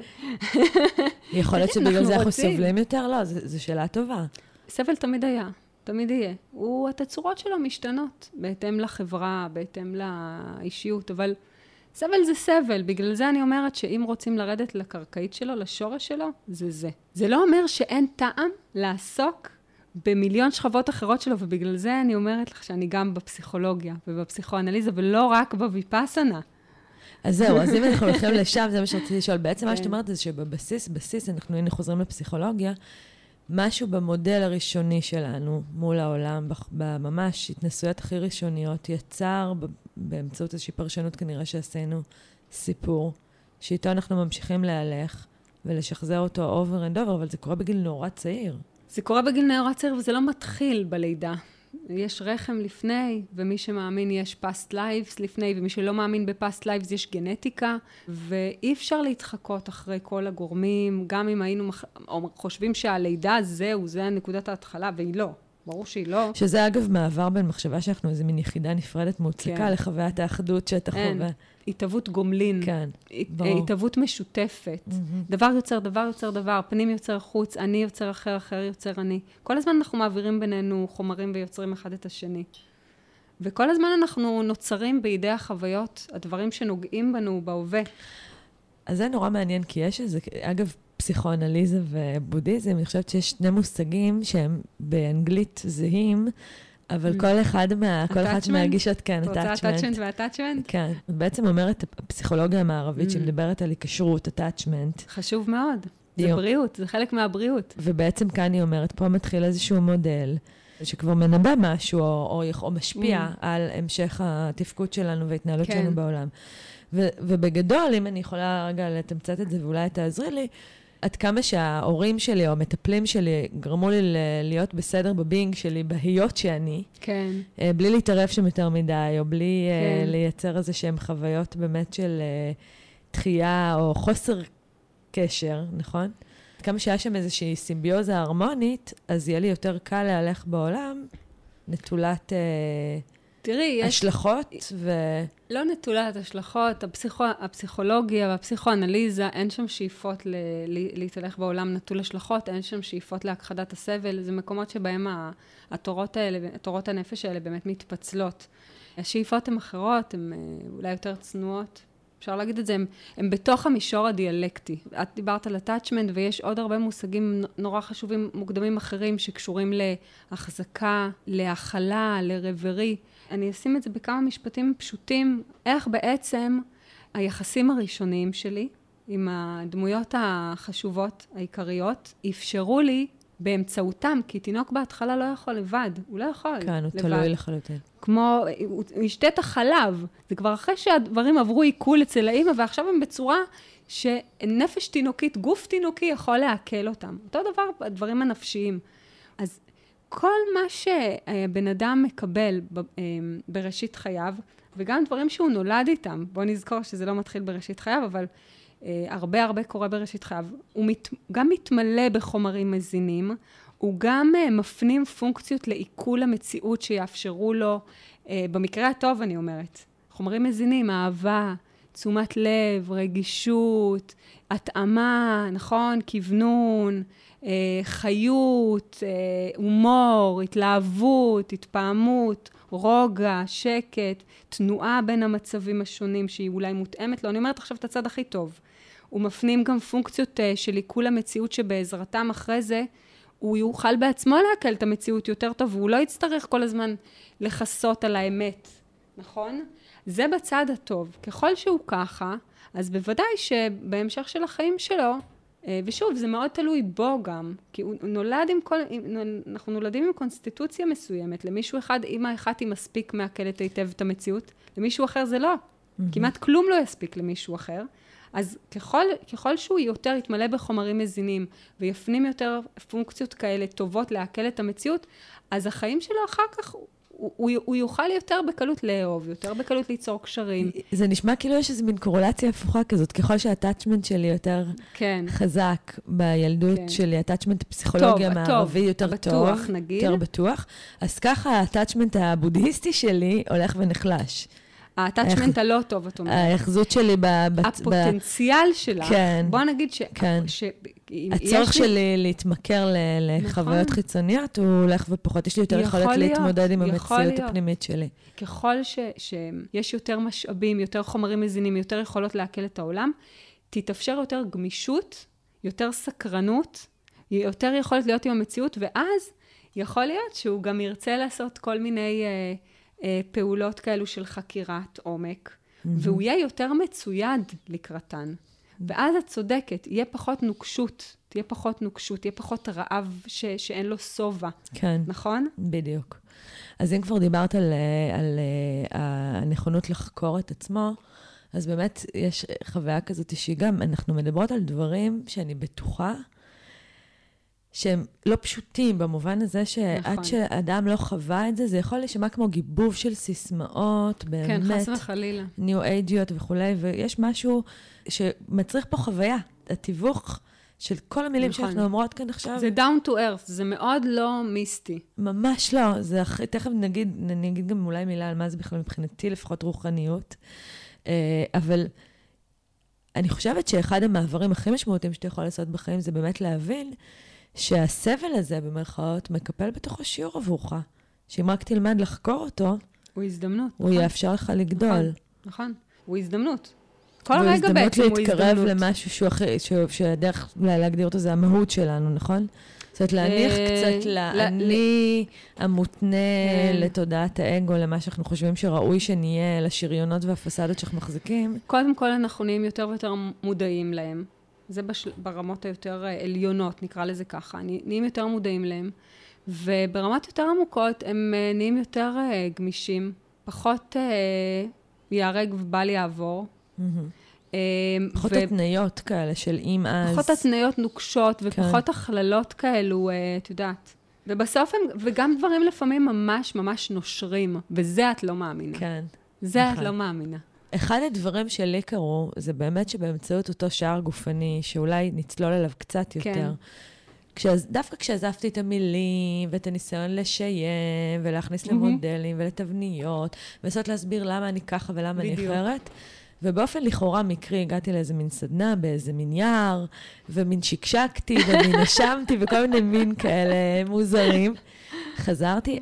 יכול להיות שבגלל זה אנחנו סובלים יותר? לא, זו שאלה טובה. סבל תמיד יהיה. התצורות שלו משתנות, בהתאם לחברה, בהתאם לאישיות, אבל סבל זה סבל. בגלל זה אני אומרת שאם רוצים לרדת לקרקעית שלו, לשורש שלו, זה זה. זה לא אומר שאין טעם לעסוק במיליון שכבות אחרות שלו, ובגלל זה אני אומרת לך שאני גם בפסיכולוגיה ובפסיכואנליזה, ולא רק בוויפאסנה. אז זהו, אז אם אנחנו הולכים לשם, זה מה שרציתי לשאול. בעצם מה שאת אומרת זה שבבסיס, אנחנו חוזרים לפסיכולוגיה, משהו במודל הראשוני שלנו מול העולם, בממש התנסויות הכי ראשוניות, יצר באמצעות איזושהי פרשנות כנראה שעשינו סיפור, שאיתו אנחנו ממשיכים להלך ולשחזר אותו over and over, אבל זה קורה בגיל נורא צעיר. זה קורה בגיל נורא צעיר, וזה לא מתחיל בלידה. יש רחם לפני, ומי שמאמין יש past lives לפני, ומי שלא מאמין בפast lives יש גנטיקה, ואי אפשר להתחקות אחרי כל הגורמים, גם אם היינו חושבים שהלידה זה נקודת ההתחלה, והיא לא. ברור שהיא לא. שזה אגב מעבר בין מחשבה שאנחנו איזו מין יחידה נפרדת מוצקה לחוויית האחדות שאתה חווה. התאבות גומלין. כן, ברור. התאבות משותפת. דבר יוצר דבר, פנים יוצר חוץ, אני יוצר אחר יוצר אני. כל הזמן אנחנו מעבירים בינינו חומרים ויוצרים אחד את השני. וכל הזמן אנחנו נוצרים בידי החוויות, הדברים שנוגעים בנו בהווה. אז זה נורא מעניין, כי יש איזה, אגב, פסיכואנליזה ובודהיזם, אני חושבת שיש שני מושגים שהם באנגלית זהים, אבל כל אחד מהגישות, כן, attachment ו-attachment. כן, בעצם אומרת הפסיכולוגיה המערבית שמדברת על היקשרות, attachment. חשוב מאוד, זה בריאות, זה חלק מהבריאות. ובעצם כאן היא אומרת, פה מתחיל איזשהו מודל, שכבר מנבא משהו, או משפיע על המשך התפקוד שלנו וההתנהלות שלנו בעולם. ובגדול, אם אני יכולה רגע לתמצת את זה, ואולי תעזרי לי, עד כמה שההורים שלי או המטפלים שלי גרמו לי להיות בסדר בבינג שלי, בהיות שאני, כן. בלי להתערב שם יותר מדי, או בלי לייצר איזה שהם חוויות באמת של דחייה או חוסר קשר, נכון? עד כמה שהיה שם איזושהי סימביוזה הרמונית, אז יהיה לי יותר קל להלך בעולם, נטולת תראי, השלכות לא נטולת השלכות, הפסיכולוגיה והפסיכואנליזה, אין שם שאיפות להתהלך בעולם נטול השלכות, אין שם שאיפות להכחדת הסבל, זה מקומות שבהם התורות הנפש האלה באמת מתפצלות. השאיפות הן אחרות, הן אולי יותר צנועות, אפשר להגיד את זה, הם בתוך המישור הדיאלקטי. את דיברת על attachment, ויש עוד הרבה מושגים נורא חשובים, מוקדמים אחרים, שקשורים להחזקה, להכלה, לרווחי. אני אשים את זה בכמה משפטים פשוטים, איך בעצם היחסים הראשוניים שלי, עם הדמויות החשובות, העיקריות, אפשרו לי באמצעותם, כי תינוק בהתחלה לא יכול לבד, הוא לא יכול לבד. כן, הוא תלוי לחלוטין. כמו, הוא ישתה את החלב, זה כבר אחרי שהדברים עברו עיכול אצל האמא, ועכשיו הם בצורה שנפש תינוקית, גוף תינוקי יכול להקל אותם. אותו דבר בדברים הנפשיים. אז כל מה שבן אדם מקבל בראשית חייו, וגם דברים שהוא נולד איתם, בוא נזכור שזה לא מתחיל בראשית חייו, אבל הרבה קורה בראשית חייו, הוא גם מתמלא בחומרים מזינים, הוא גם מפנים פונקציות לעיכול המציאות שיאפשרו לו, במקרה הטוב אני אומרת, חומרים מזינים, אהבה, תשומת לב, רגישות, התאמה, נכון, כוונון, חיות, הומור, התלהבות, התפעמות, רוגע, שקט, תנועה בין המצבים השונים שהיא אולי מותאמת לו. אני אומרת עכשיו את הצד הכי טוב. הוא מפנים גם פונקציות של עיכול המציאות שבעזרתם אחרי זה, הוא יוכל בעצמו להקל את המציאות יותר טוב, והוא לא יצטרך כל הזמן לחסות על האמת, נכון? זה בצד הטוב. ככל שהוא ככה, אז בוודאי שבהמשך של החיים שלו, ושוב, זה מאוד תלוי בו גם, כי הוא נולד אנחנו נולדים עם קונסטיטוציה מסוימת, למישהו אחד, אמא אחת היא מספיק מעכלת היטב את המציאות, למישהו אחר זה לא. כמעט כלום לא יספיק למישהו אחר. אז ככל שהוא יותר יתמלא בחומרים מזינים, ויפנים יותר פונקציות כאלה טובות להקל את המציאות, אז החיים שלו אחר כך, הוא יוכל יותר בקלות לאהוב, יותר בקלות ליצור קשרים. זה נשמע כאילו יש איזו מין קורולציה הפוכה כזאת, ככל שהטאצ'מנט שלי יותר חזק בילדות שלי, הטאצ'מנט פסיכולוגיה מערבי יותר טוב, יותר בטוח, אז ככה הטאצ'מנט הבודהיסטי שלי הולך ונחלש. הטאצ'מנט הלא טוב, את אומרת. ההחזות שלי הפוטנציאל שלה. כן. בוא נגיד הצורך שלי להתמכר לחוויות חיצוניות, הוא הולך ופחות. יש לי יותר יכולת להתמודד עם המציאות הפנימית שלי. ככל שיש יותר משאבים, יותר חומרים מזינים, יותר יכולות להקל את העולם, תתאפשר יותר גמישות, יותר סקרנות, יותר יכולת להיות עם המציאות, ואז יכול להיות שהוא גם ירצה לעשות כל מיני פעולות כאלו של חקירת עומק, והוא יהיה יותר מצויד לקראתן. ואז את צודקת, יהיה פחות נוקשות, תהיה פחות רעב שאין לו סובה. כן. נכון? בדיוק. אז אם כבר דיברת על הנכונות לחקור את עצמו, אז באמת יש חוויה כזאת שגם אנחנו מדברות על דברים שאני בטוחה, שהם לא פשוטים במובן הזה שעד שאדם לא חווה את זה, זה יכול להישמע כמו גיבוב של סיסמאות, באמת. כן, חס וחלילה. ניו אייג'יות וכולי, ויש משהו שמצריך פה חוויה, התיווך של כל המילים שאנחנו אומרות כאן עכשיו. זה down to earth, זה מאוד לא מיסטי. ממש לא, זה תכף נגיד גם אולי מילה על מה זה בכלל מבחינתי, לפחות רוחניות, אבל אני חושבת שאחד המעברים הכי משמעותיים שאתה יכול לעשות בחיים, זה באמת להבין שהסבל הזה, במרכאות, מקפל בתוכו שיעור עבורך. שאם רק תלמד לחקור אותו, הוא הזדמנות. הוא יאפשר לך לגדול. נכון. הוא הזדמנות. כל רגע בעצם הוא הזדמנות. להתקרב למשהו שהדרך להגדיר אותו זה המהות שלנו, נכון? זאת אומרת, להניח קצת לאני המותנה לתודעת האגו, למה שאנחנו חושבים שראוי שנהיה, לשריונות והפסדות שאנחנו מחזיקים. קודם כל אנחנו נהיים יותר ויותר מודעים להם. זה ברמות היותר עליונות, נקרא לזה ככה. נהיים יותר מודעים להם. וברמות יותר עמוקות הם נהיים יותר גמישים, פחות יהרג ובל יעבור. פחות התניות כאלה של אם אז. פחות התניות נוקשות ופחות הכללות כאלו, את יודעת. ובסוף הם, וגם דברים לפעמים ממש ממש נושרים, וזה את לא מאמינה. כן. זה את לא מאמינה. אחד הדברים שלי קרו, זה באמת שבאמצעות אותו שער גופני, שאולי נצלול עליו קצת יותר, דווקא כשעזבתי את המילים, ואת הניסיון לשיים, ולהכניס למודלים, ולתבניות, ולנסות להסביר למה אני ככה ולמה אני אחרת, ובאופן לכאורה מקרי, הגעתי לאיזה מין סדנה, באיזה מין יער, ומין שקשקתי, ומין נשמתי, וכל מיני מין כאלה מוזרים. חזרתי,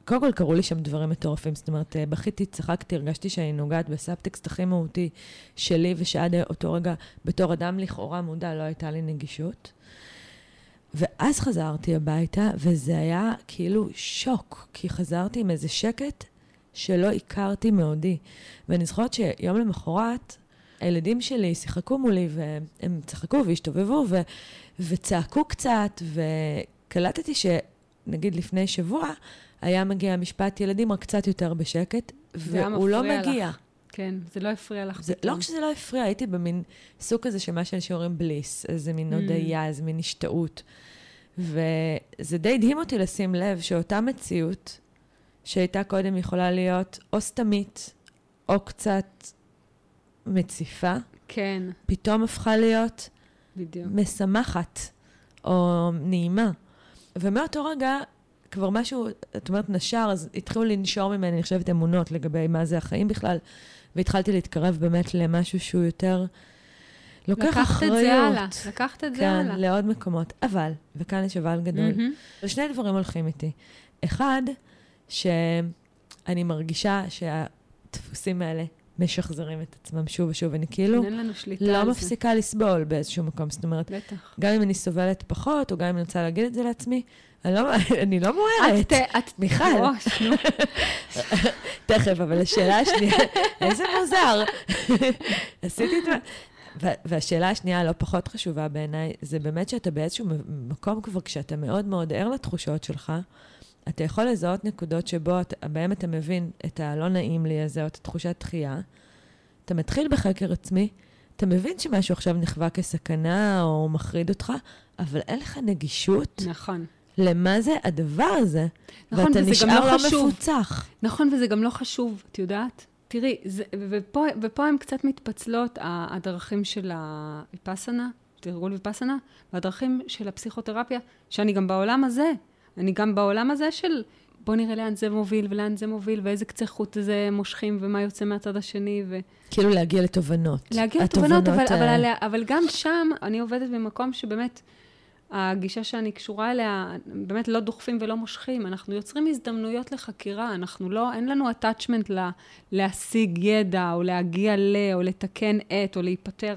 קודם כל קראו לי שם דברים מטורפים, זאת אומרת, בכיתי, צחקתי, הרגשתי שאני נוגעת בסאבטקסט הכי מהותי שלי, ושעד אותו רגע, בתור אדם לכאורה מודע, לא הייתה לי נגישות. ואז חזרתי הביתה, וזה היה כאילו שוק, כי חזרתי עם איזה שקט שלא הכרתי מעודי. ואני זוכרת שיום למחרת, הילדים שלי שיחקו מולי, והם צחקו והשתובבו, וצעקו קצת, וקלטתי שנגיד לפני שבוע, היה מגיע משפט ילדים רק קצת יותר בשקט, והוא לא מגיע. לך. כן, זה לא הפריע לך. לא רק שזה לא הפריע, הייתי במין סוג כזה שמה שאנשים אומרים בליס, איזה מין הודעה, איזה מין השתאות. וזה די הדהים אותי לשים לב שאותה מציאות, שהייתה קודם יכולה להיות או סתמית, או קצת מציפה, כן. פתאום הפכה להיות בדיוק. משמחת, או נעימה. ומאותו רגע, כבר משהו, את אומרת נשר, אז התחילו לנשור ממני, אני חושבת אמונות לגבי מה זה החיים בכלל, והתחלתי להתקרב באמת למשהו שהוא יותר לוקח אחריות. לקחת את זה כן, הלאה. לעוד מקומות. אבל, וכאן יש אבל גדול, ושני דברים הולכים איתי. אחד, שאני מרגישה שהדפוסים האלה משחזרים את עצמם שוב ושוב, אני כאילו לא מפסיקה לסבול באיזשהו מקום. זאת אומרת, גם אם אני סובלת פחות, או גם אם אני רוצה להגיד את זה לעצמי, אני לא מוארת. מיכל. תכף, אבל השאלה השנייה, איזה מוזר. עשיתי את זה. והשאלה השנייה הלא פחות חשובה בעיניי, זה באמת שאתה באיזשהו מקום כבר, כשאתה מאוד מאוד ער לתחושות שלך, אתה יכול לזהות נקודות שבהם אתה מבין את הלא נעים לי הזה, או את תחושת דחייה. אתה מתחיל בחקר עצמי, אתה מבין שמשהו עכשיו נחווה כסכנה, או מחריד אותך, אבל אין לך נגישות. נכון. למה זה הדבר הזה? נכון, ואתה וזה נשאר גם לא לא חשוב. מפוצח. נכון, וזה גם לא חשוב, את יודעת? תראי, ופה הם קצת מתפצלות, הדרכים של הוויפאסנה, תרגול ויפאסנה, והדרכים של הפסיכותרפיה, שאני גם בעולם הזה, של בוא נראה לאן זה מוביל, ולאן זה מוביל, ואיזה קצה חוט זה מושכים, ומה יוצא מהצד השני. כאילו להגיע לתובנות. להגיע לתובנות, אבל גם שם אני עובדת במקום שבאמת, הגישה שאני קשורה אליה, באמת לא דוחפים ולא מושכים, אנחנו יוצרים הזדמנויות לחקירה, אין לנו attachment להשיג ידע, או להגיע או לתקן או להיפטר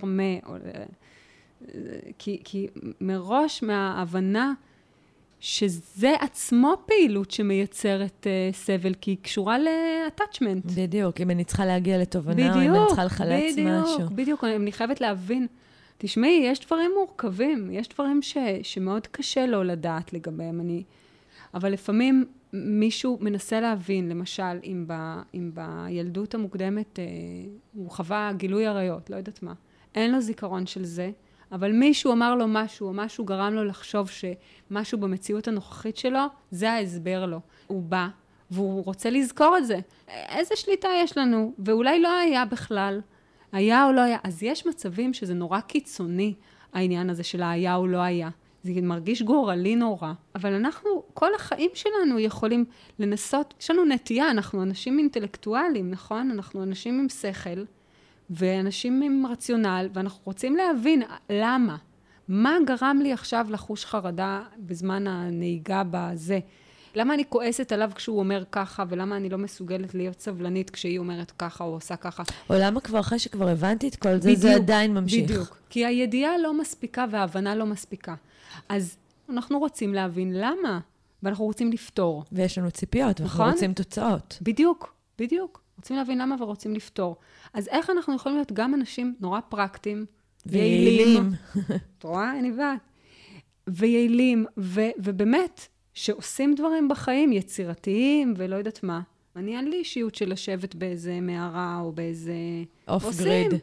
כי מראש מההבנה, שזה עצמו פעילות שמייצרת סבל, כי היא קשורה ל-attachment. בדיוק, אם אני צריכה להגיע לתובנה, או אם אני צריכה לחלץ משהו. בדיוק, אני חייבת להבין. תשמעי, יש דברים מורכבים, יש דברים שמאוד קשה לו לדעת לגביהם. אבל לפעמים מישהו מנסה להבין, למשל, אם בילדות המוקדמת הוא חווה גילוי עריות, לא יודעת מה, אין לו זיכרון של זה, אבל מישהו אמר לו משהו, או משהו גרם לו לחשוב שמשהו במציאות הנוכחית שלו, זה ההסבר לו. הוא בא, והוא רוצה לזכור את זה. איזה שליטה יש לנו? ואולי לא היה בכלל. היה או לא היה. אז יש מצבים שזה נורא קיצוני, העניין הזה של היה או לא היה. זה מרגיש גורלי נורא. אבל אנחנו, כל החיים שלנו יכולים לנסות, יש לנו נטייה, אנחנו אנשים אינטלקטואלים, נכון? אנחנו אנשים עם שכל, ואנשים עם רציונל, ואנחנו רוצים להבין למה. מה גרם לי עכשיו לחוש חרדה בזמן הנהיגה בזה? למה אני כועסת עליו כשהוא אומר ככה, ולמה אני לא מסוגלת להיות סבלנית כשהיא אומרת ככה או עושה ככה? או למה כבר אחרי שכבר הבנתי את כל זה, בדיוק, זה עדיין ממשיך. בדיוק, כי הידיעה לא מספיקה וההבנה לא מספיקה. אז אנחנו רוצים להבין למה, ואנחנו רוצים לפתור. ויש לנו ציפיות, ואנחנו רוצים תוצאות. בדיוק, בדיוק. רוצים להבין למה ורוצים לפתור. אז איך אנחנו יכולים להיות גם אנשים נורא פרקטיים, ויעילים. את רואה? אני באת. ויעילים, ובאמת, שעושים דברים בחיים, יצירתיים, ולא יודעת מה. אין לי אישיות של לשבת באיזה מערה, או באיזה... אוף גריד.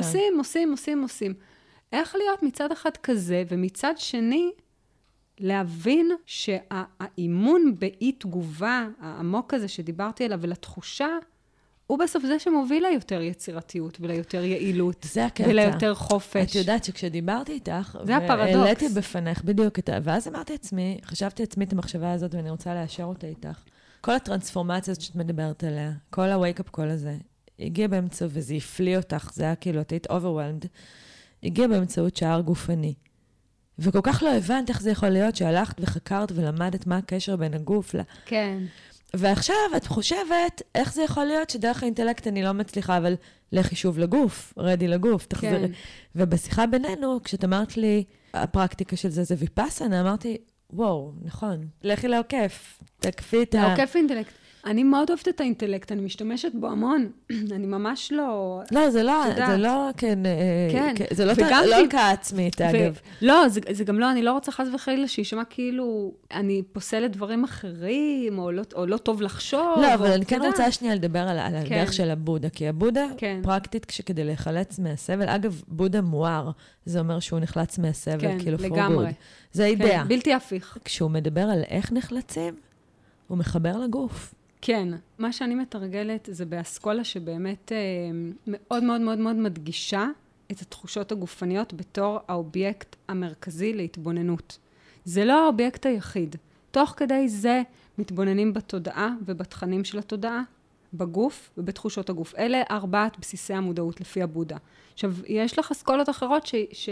עושים. איך להיות מצד אחד כזה, ומצד שני, להבין שהאימון באי תגובה, העמוק הזה שדיברתי עליו, ולתחושה, הוא בסוף זה שמוביל ליותר יצירתיות, וליותר יעילות, וליותר חופש. את יודעת שכשדיברתי איתך, זה הפרדוקס. והעליתי בפניך בדיוק, ואז אמרתי לעצמי, חשבתי לעצמי את המחשבה הזאת, ואני רוצה לאשר אותה איתך. כל הטרנספורמציה הזאת שאת מדברת עליה, כל ה-wake-up call הזה, הגיע באמצעות, וזה הפליא אותך, זה היה כאילו, את היית overwhelmed, הגיע באמצעות שער גופני. וכל כך לא הבנת איך זה יכול להיות שהלכת וחקרת ולמדת מה הקשר בין הגוף כן. ועכשיו את חושבת, איך זה יכול להיות שדרך האינטלקט אני לא מצליחה, אבל לכי שוב לגוף, רדי לגוף, תחזרי. כן. ובשיחה בינינו, כשאת אמרת לי, הפרקטיקה של זה ויפאסנה, אמרתי, וואו, נכון, לכי לעוקף, תקפי את ה... לעוקף אינטלקט. אני מאוד אוהבת את האינטלקט, אני משתמשת בו המון. אני ממש לא... לא, זה לא, כן, זה לא הלקאה עצמית, אגב. לא, זה גם לא, אני לא רוצה חס וחלילה שישמע כאילו, אני פוסלת דברים אחרים, או לא טוב לחשוב. לא, אבל אני כן רוצה שנייה לדבר על הדרך של הבודה, כי הבודה כן. פרקטית שכדי להיחלץ מהסבל, אגב, בודה מואר, זה אומר שהוא נחלץ מהסבל, כן, כאילו for לגמרי. good. זה אידאה. כן, בלתי הפיך. כשהוא מדבר על איך נחלצים, הוא מחבר לגוף. כן, מה שאני מתרגלת זה באסכולה שבאמת מאוד מאוד מאוד מאוד מדגישה את התחושות הגופניות בתור האובייקט המרכזי להתבוננות. זה לא האובייקט היחיד. תוך כדי זה מתבוננים בתודעה ובתכנים של התודעה, בגוף ובתחושות הגוף. אלה 4 בסיסי המודעות לפי הבודה. עכשיו, יש לך אסכולות אחרות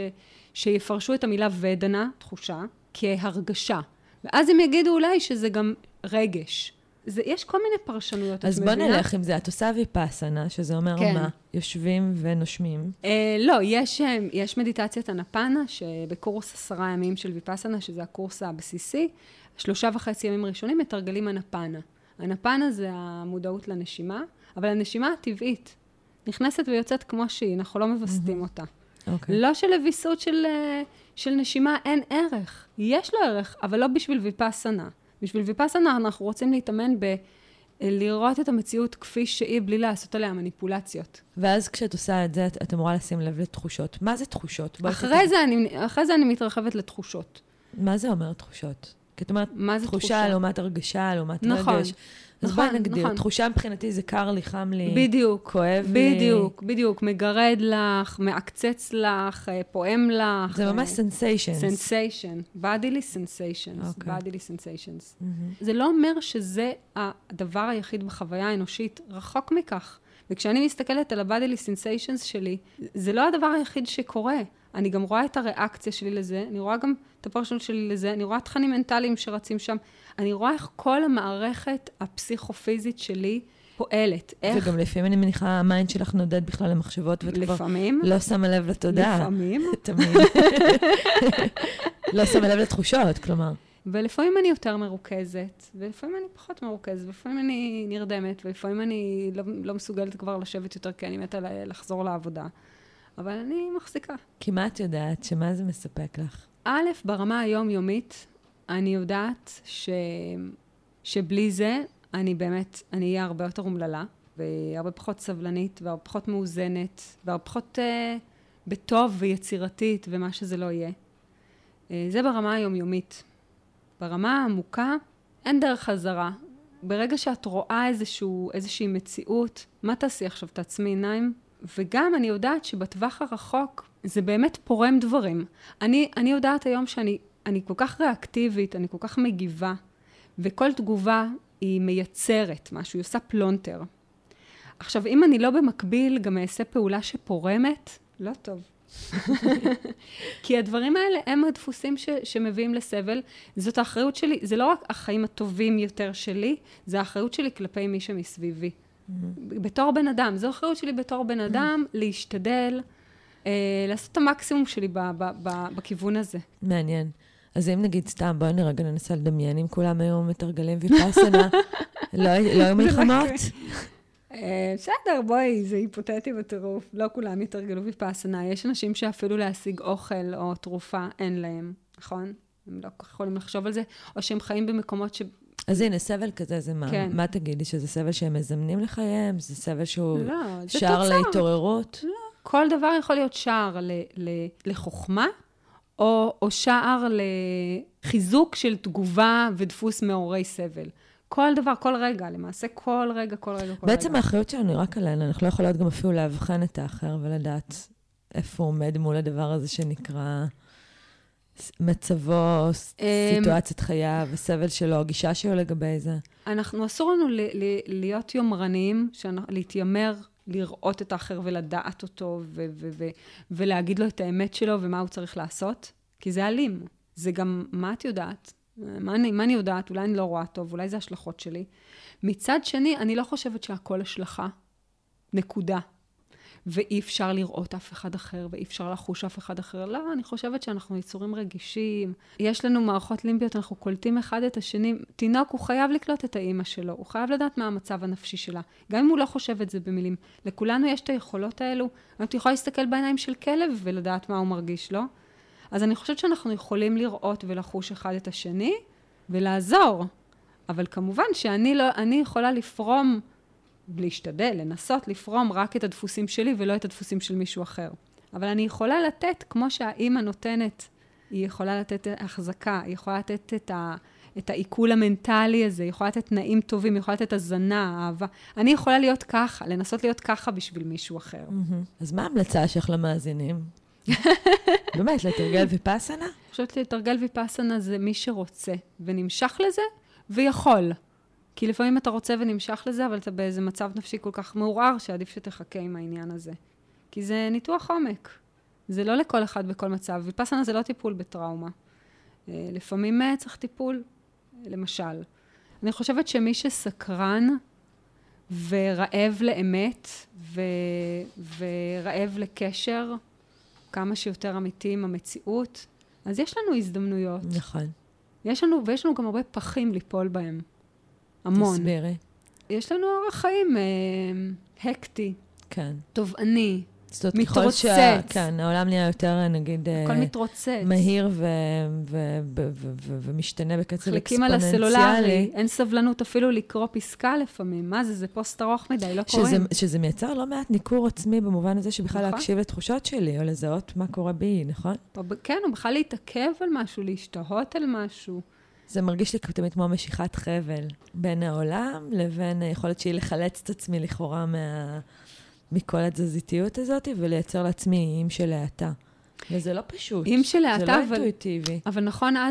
שיפרשו את המילה ודנה, תחושה, כהרגשה. ואז הם יגידו אולי שזה גם רגש. יש כל מיני פרשנויות. אז בוא נלך עם זה. את עושה ויפאסנה, שזה אומר כן. מה? יושבים ונושמים. לא, יש מדיטציית אנפנה, שבקורס 10 ימים של ויפאסנה, שזה הקורס הבסיסי, 3.5 ימים ראשונים מתרגלים אנפנה. אנפנה זה המודעות לנשימה, אבל הנשימה הטבעית נכנסת ויוצאת כמו שהיא, אנחנו לא מבסטים אותה. אוקיי. לא שלוויסות של נשימה אין ערך. יש לו ערך, אבל לא בשביל ויפאסנה. בשביל ויפאסנה אנחנו רוצים להתאמן לראות את המציאות כפי שהיא, בלי לעשות עליה מניפולציות. ואז כשאת עושה את זה, את אמורה לשים לב לתחושות. מה זה תחושות? אחרי זה אני מתרחבת לתחושות. מה זה אומר תחושות? כי את אומרת, תחושה לעומת הרגשה, לעומת רגש. אז בואי נגדיר, תחושה מבחינתי זה קר לי, חם לי, בדיוק, כואב לי. בדיוק, מגרד לך, מעקצץ לך, פועם לך. זה ממש sensations. bodily sensations. זה לא אומר שזה הדבר היחיד בחוויה האנושית, רחוק מכך. וכשאני מסתכלת על ה-bodily sensations שלי, זה לא הדבר היחיד שקורה. אני גם רואה את הריאקציה שלי לזה, אני רואה גם את הפרשנות שלי לזה, אני רואה תכנים מנטליים שרצים שם, אני רואה איך כל המערכת הפסיכופיזית שלי פועלת. וגם לפעמים אני מניחה, המיינד שלך נודד בכלל למחשבות, ואת כבר לא שמה לב לתודעה. לפעמים. תמיד. לא שמה לב לתחושות, כלומר. ולפעמים אני יותר מרוכזת, ולפעמים אני פחות מרוכזת, ולפעמים אני נרדמת, ולפעמים אני לא מסוגלת כבר לשבת יותר, כי אני מתה לחזור לעבודה. אבל אני מחזיקה. כי מה את יודעת? שמה זה מספק לך? א', ברמה היומיומית, אני יודעת שבלי זה, אני אהיה הרבה יותר אומללה, והרבה פחות סבלנית, והרבה פחות מאוזנת, והרבה פחות בטוב ויצירתית, ומה שזה לא יהיה. זה ברמה היומיומית. ברמה העמוקה, אין דרך חזרה. ברגע שאת רואה איזושהי מציאות, מה תעשי עכשיו? תעצמי עיניים? וגם אני יודעת שבטווח הרחוק, זה באמת פורם דברים. אני יודעת היום שאני כל כך ריאקטיבית, אני כל כך מגיבה, וכל תגובה היא מייצרת משהו, היא עושה פלונטר. עכשיו, אם אני לא במקביל גם אעשה פעולה שפורמת, לא טוב. כי הדברים האלה הם הדפוסים שמביאים לסבל. זאת האחריות שלי, זה לא רק החיים הטובים יותר שלי, זה האחריות שלי כלפי מי שמסביבי. בתור בן אדם, זו האחריות שלי בתור בן אדם, להשתדל, לעשות את המקסימום שלי בכיוון הזה. מעניין. אז אם נגיד סתם, בואי נרגע ננסה לדמיין, אם כולם היום מתרגלים ויפאסנה, לא היו מלחמות? בסדר, בואי, זה היפותטי בטירוף. לא כולם יתרגלו ויפאסנה. יש אנשים שאפילו להשיג אוכל או תרופה אין להם, נכון? הם לא יכולים לחשוב על זה, או שהם חיים במקומות ש... אז הנה, סבל כזה זה מה? כן. מה תגידי? שזה סבל שהם מזמנים לחייהם? זה סבל שהוא לא, שער להתעוררות? לא. כל דבר יכול להיות שער לחוכמה, או שער לחיזוק של תגובה ודפוס מעוררי סבל. כל דבר, כל רגע, למעשה כל רגע. בעצם האחריות שלנו היא רק עלינו, אנחנו לא יכולות גם אפילו להבחן את האחר ולדעת איפה הוא עומד מול הדבר הזה שנקרא מצבו, סיטואציית חייו, הסבל שלו, הגישה שלו לגבי זה. אסור לנו להיות יומרניים, להתיימר, לראות את האחר ולדעת אותו, ולהגיד לו את האמת שלו ומה הוא צריך לעשות, כי זה אלים. זה גם מה את יודעת, מה אני יודעת? אולי אני לא רואה טוב, אולי זה השלכות שלי. מצד שני, אני לא חושבת שהכל השלכה. נקודה. ואי אפשר לראות אף אחד אחר, ואי אפשר לחוש אף אחד אחר. לא, אני חושבת שאנחנו יצורים רגישים. יש לנו מערכות לימביות, אנחנו קולטים אחד את השני. תינוק, הוא חייב לקלוט את האמא שלו, הוא חייב לדעת מה המצב הנפשי שלה. גם אם הוא לא חושב את זה במילים. לכולנו יש את היכולות האלו. אתה יכול להסתכל בעיניים של כלב ולדעת מה הוא מרגיש, לא? אז אני חושבת שאנחנו יכולים לראות ולחוש אחד את השני, ולעזור. אבל כמובן שאני יכולה לפרום, להשתדל, לנסות לפרום רק את הדפוסים שלי ולא את הדפוסים של מישהו אחר. אבל אני יכולה לתת, כמו שהאימא נותנת, היא יכולה לתת החזקה, היא יכולה לתת את העיכול המנטלי הזה, היא יכולה לתת תנאים טובים, היא יכולה לתת הזנה, אהבה. אני יכולה להיות ככה, לנסות להיות ככה בשביל מישהו אחר. אז מה ההמלצה שלך למאזינים? באמת, לתרגל ויפאסנה? אני חושבת לתרגל ויפאסנה זה מי שרוצה ונמשך לזה ויכול. כי לפעמים אתה רוצה ונמשך לזה, אבל אתה באיזה מצב נפשי כל כך מעורער, שעדיף שתחכה עם העניין הזה. כי זה ניתוח עומק. זה לא לכל אחד בכל מצב. ויפאסנה זה לא טיפול בטראומה. לפעמים צריך טיפול, למשל. אני חושבת שמי שסקרן ורעב לאמת, ורעב לקשר, כמה שיותר אמיתי עם המציאות, אז יש לנו הזדמנויות. נכון. ויש לנו גם הרבה פחים ליפול בהם. המון. תסבירי. יש לנו אורח חיים הקטי, כן. תובעני, מתרוצץ. כן, העולם נהיה יותר, נגיד, הכל מתרוצץ. מהיר ומשתנה בקצב חלקים על הסלולרי, אין סבלנות אפילו לקרוא פסקה לפעמים. מה זה? זה פוסט ארוך מדי, לא קוראים. שזה מייצר לא מעט ניכור עצמי במובן הזה שבכלל להקשיב לתחושות שלי, או לזהות מה קורה בי, נכון? כן, או בכלל להתעכב על משהו, להשתהות על משהו. זה מרגיש לי תמיד כמו משיכת חבל בין העולם לבין יכולת שהיא לחלץ את עצמי לכאורה מכל התזזיתיות הזאת, ולייצר לעצמי עם של להטה. וזה לא פשוט. עם של להטה, זה לא אינטואיטיבי. אבל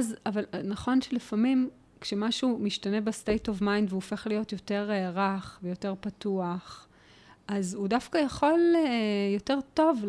נכון שלפעמים, כשמשהו משתנה בסטייט אוף מיינד, והוא הופך להיות יותר רך ויותר פתוח, אז הוא דווקא יכול יותר טוב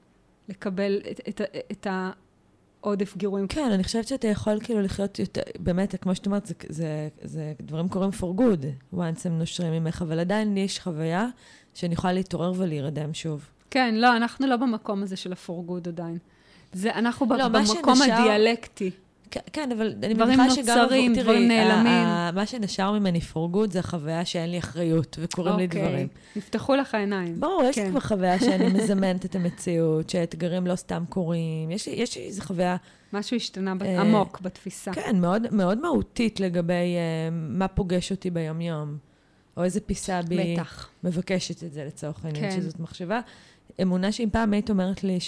לקבל את העודף גירויים. כן, אני חושבת שאתה יכול כאילו לחיות יותר, באמת, כמו שאת אומרת, זה דברים קורים for good, once הם נושרים ממך, אבל עדיין יש חוויה שאני יכולה להתעורר ולהירדם שוב. כן, לא, אנחנו לא במקום הזה של ה-for good עדיין. אנחנו במקום הדיאלקטי. כן, אבל אני דברים נוצרים, דברים נעלמים. מה שנשר ממני for good זה החוויה שאין לי אחריות וקוראים לי דברים. נפתחו לך העיניים. ברור, יש לי כבר חוויה שאני מזמנת את המציאות, שהאתגרים לא סתם קורים. יש לי איזו חוויה... משהו השתנה עמוק בתפיסה. כן, מאוד, מאוד מהותית לגבי מה פוגש אותי ביום-יום. או איזה פיסה בי מבקשת את זה לצורך העניין, שזאת מחשבה. אמונה שאם פעם היית אומרת לי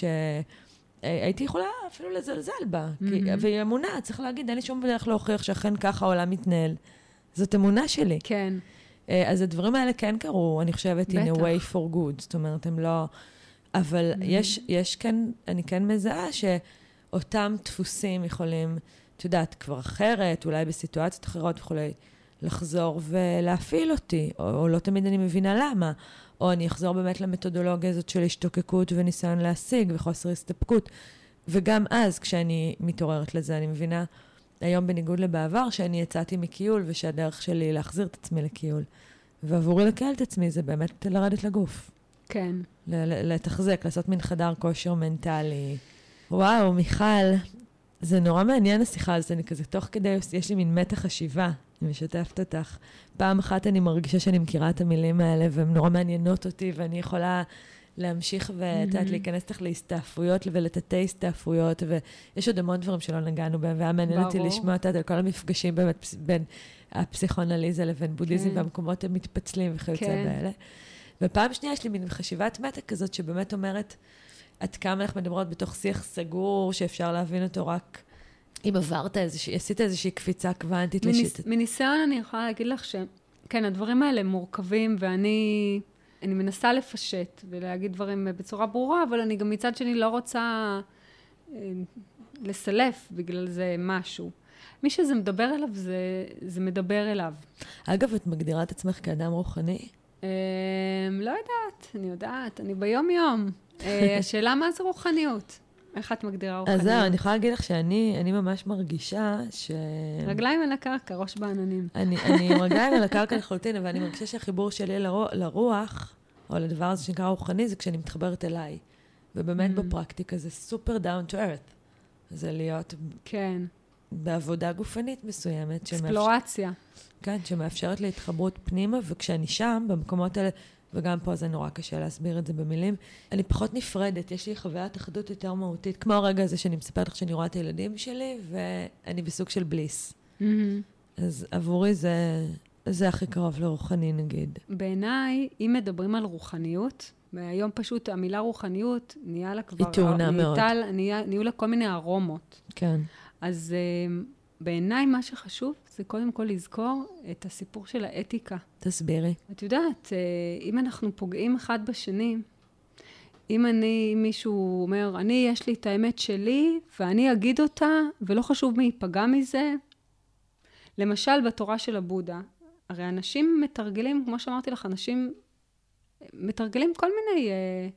שהייתי יכולה אפילו לזלזל בה. והיא אמונה, צריך להגיד, אין לי שום דרך להוכיח שאכן ככה העולם מתנהל. זאת אמונה שלי. כן. אז הדברים האלה כן קרו, אני חושבת, in a way for good. זאת אומרת, הם לא... אבל יש כן, אני כן מזהה שאותם דפוסים יכולים, את יודעת, כבר אחרת, אולי בסיטואציות אחרות יכולי לחזור ולהפעיל אותי, או לא תמיד אני מבינה למה. או אני אחזור באמת למתודולוגיה הזאת של השתוקקות וניסיון להשיג וחוסר הסתפקות. וגם אז, כשאני מתעוררת לזה, אני מבינה היום בניגוד לבעבר, שאני יצאתי מקיול, ושהדרך שלי להחזיר את עצמי לקיול. ועבורי לקהל את עצמי, זה באמת לרדת לגוף. כן. לתחזק, לעשות מין חדר כושר מנטלי. וואו, מיכל, זה נורא מעניין השיחה הזאת, אני כזה תוך כדי, יש לי מין מתח חשיבה, אני משתפת אותך. פעם אחת אני מרגישה שאני מכירה את המילים האלה, והן נורא מעניינות אותי, ואני יכולה להמשיך להיכנס לך להסתעפויות ולתתי הסתעפויות, ויש עוד המון דברים שלא נגענו בהם, והיה מעניין אותי לשמוע אותה על כל המפגשים באמת בין הפסיכואנליזה לבין בודהיזם, והמקומות הם מתפצלים וכיוצא באלה. ופעם שנייה יש לי מין חשיבת מתק כזאת, שבאמת אומרת, עד כמה אנחנו מדברות בתוך שיח סגור, שאפשר להבין אותו רק אם עברת עשית איזושהי קפיצה קוונטית לשיטת. מניסיון אני יכולה להגיד לך שכן, הדברים האלה מורכבים, ואני מנסה לפשט ולהגיד דברים בצורה ברורה, אבל אני גם מצד שני לא רוצה לסלף בגלל זה משהו. מי שזה מדבר אליו, זה מדבר אליו. אגב, את מגדירה את עצמך כאדם רוחני? לא יודעת, אני יודעת, אני ביום יום. השאלה מה זה רוחניות? איך את מגדירה רוחניות? אז זהו, אני יכולה להגיד לך שאני ממש מרגישה רגליים על הקרקע, ראש בעננים. אני עם רגליים על הקרקע לחלוטין, אבל אני מרגישה שהחיבור שלי לרוח, או לדבר הזה שנקרא רוחני, זה כשאני מתחברת אליי. ובאמת בפרקטיקה זה סופר דאון טו ארת. זה להיות כן. בעבודה גופנית מסוימת. אקספלורציה. כן, שמאפשרת להתחברות פנימה, וכשאני שם, במקומות האלה, וגם פה זה נורא קשה להסביר את זה במילים, אני פחות נפרדת, יש לי חוויית אחדות יותר מהותית, כמו הרגע הזה שאני מספרת לך שאני רואה את הילדים שלי, ואני בסוג של בליס. אז עבורי זה הכי קרוב לרוחני, נגיד. בעיניי, אם מדברים על רוחניות, והיום פשוט המילה רוחניות נהיה לה כבר... היא טעונה מאוד. נהיו לה כל מיני ארומות. כן. אז בעיניי מה שחשוב זה קודם כל לזכור את הסיפור של האתיקה. תסבירי. את יודעת, אם אנחנו פוגעים אחד בשני, אם מישהו אומר, יש לי את האמת שלי, ואני אגיד אותה, ולא חשוב מי ייפגע מזה, למשל בתורה של הבודה, הרי אנשים מתרגלים, כמו שאמרתי לך, אנשים מתרגלים כל מיני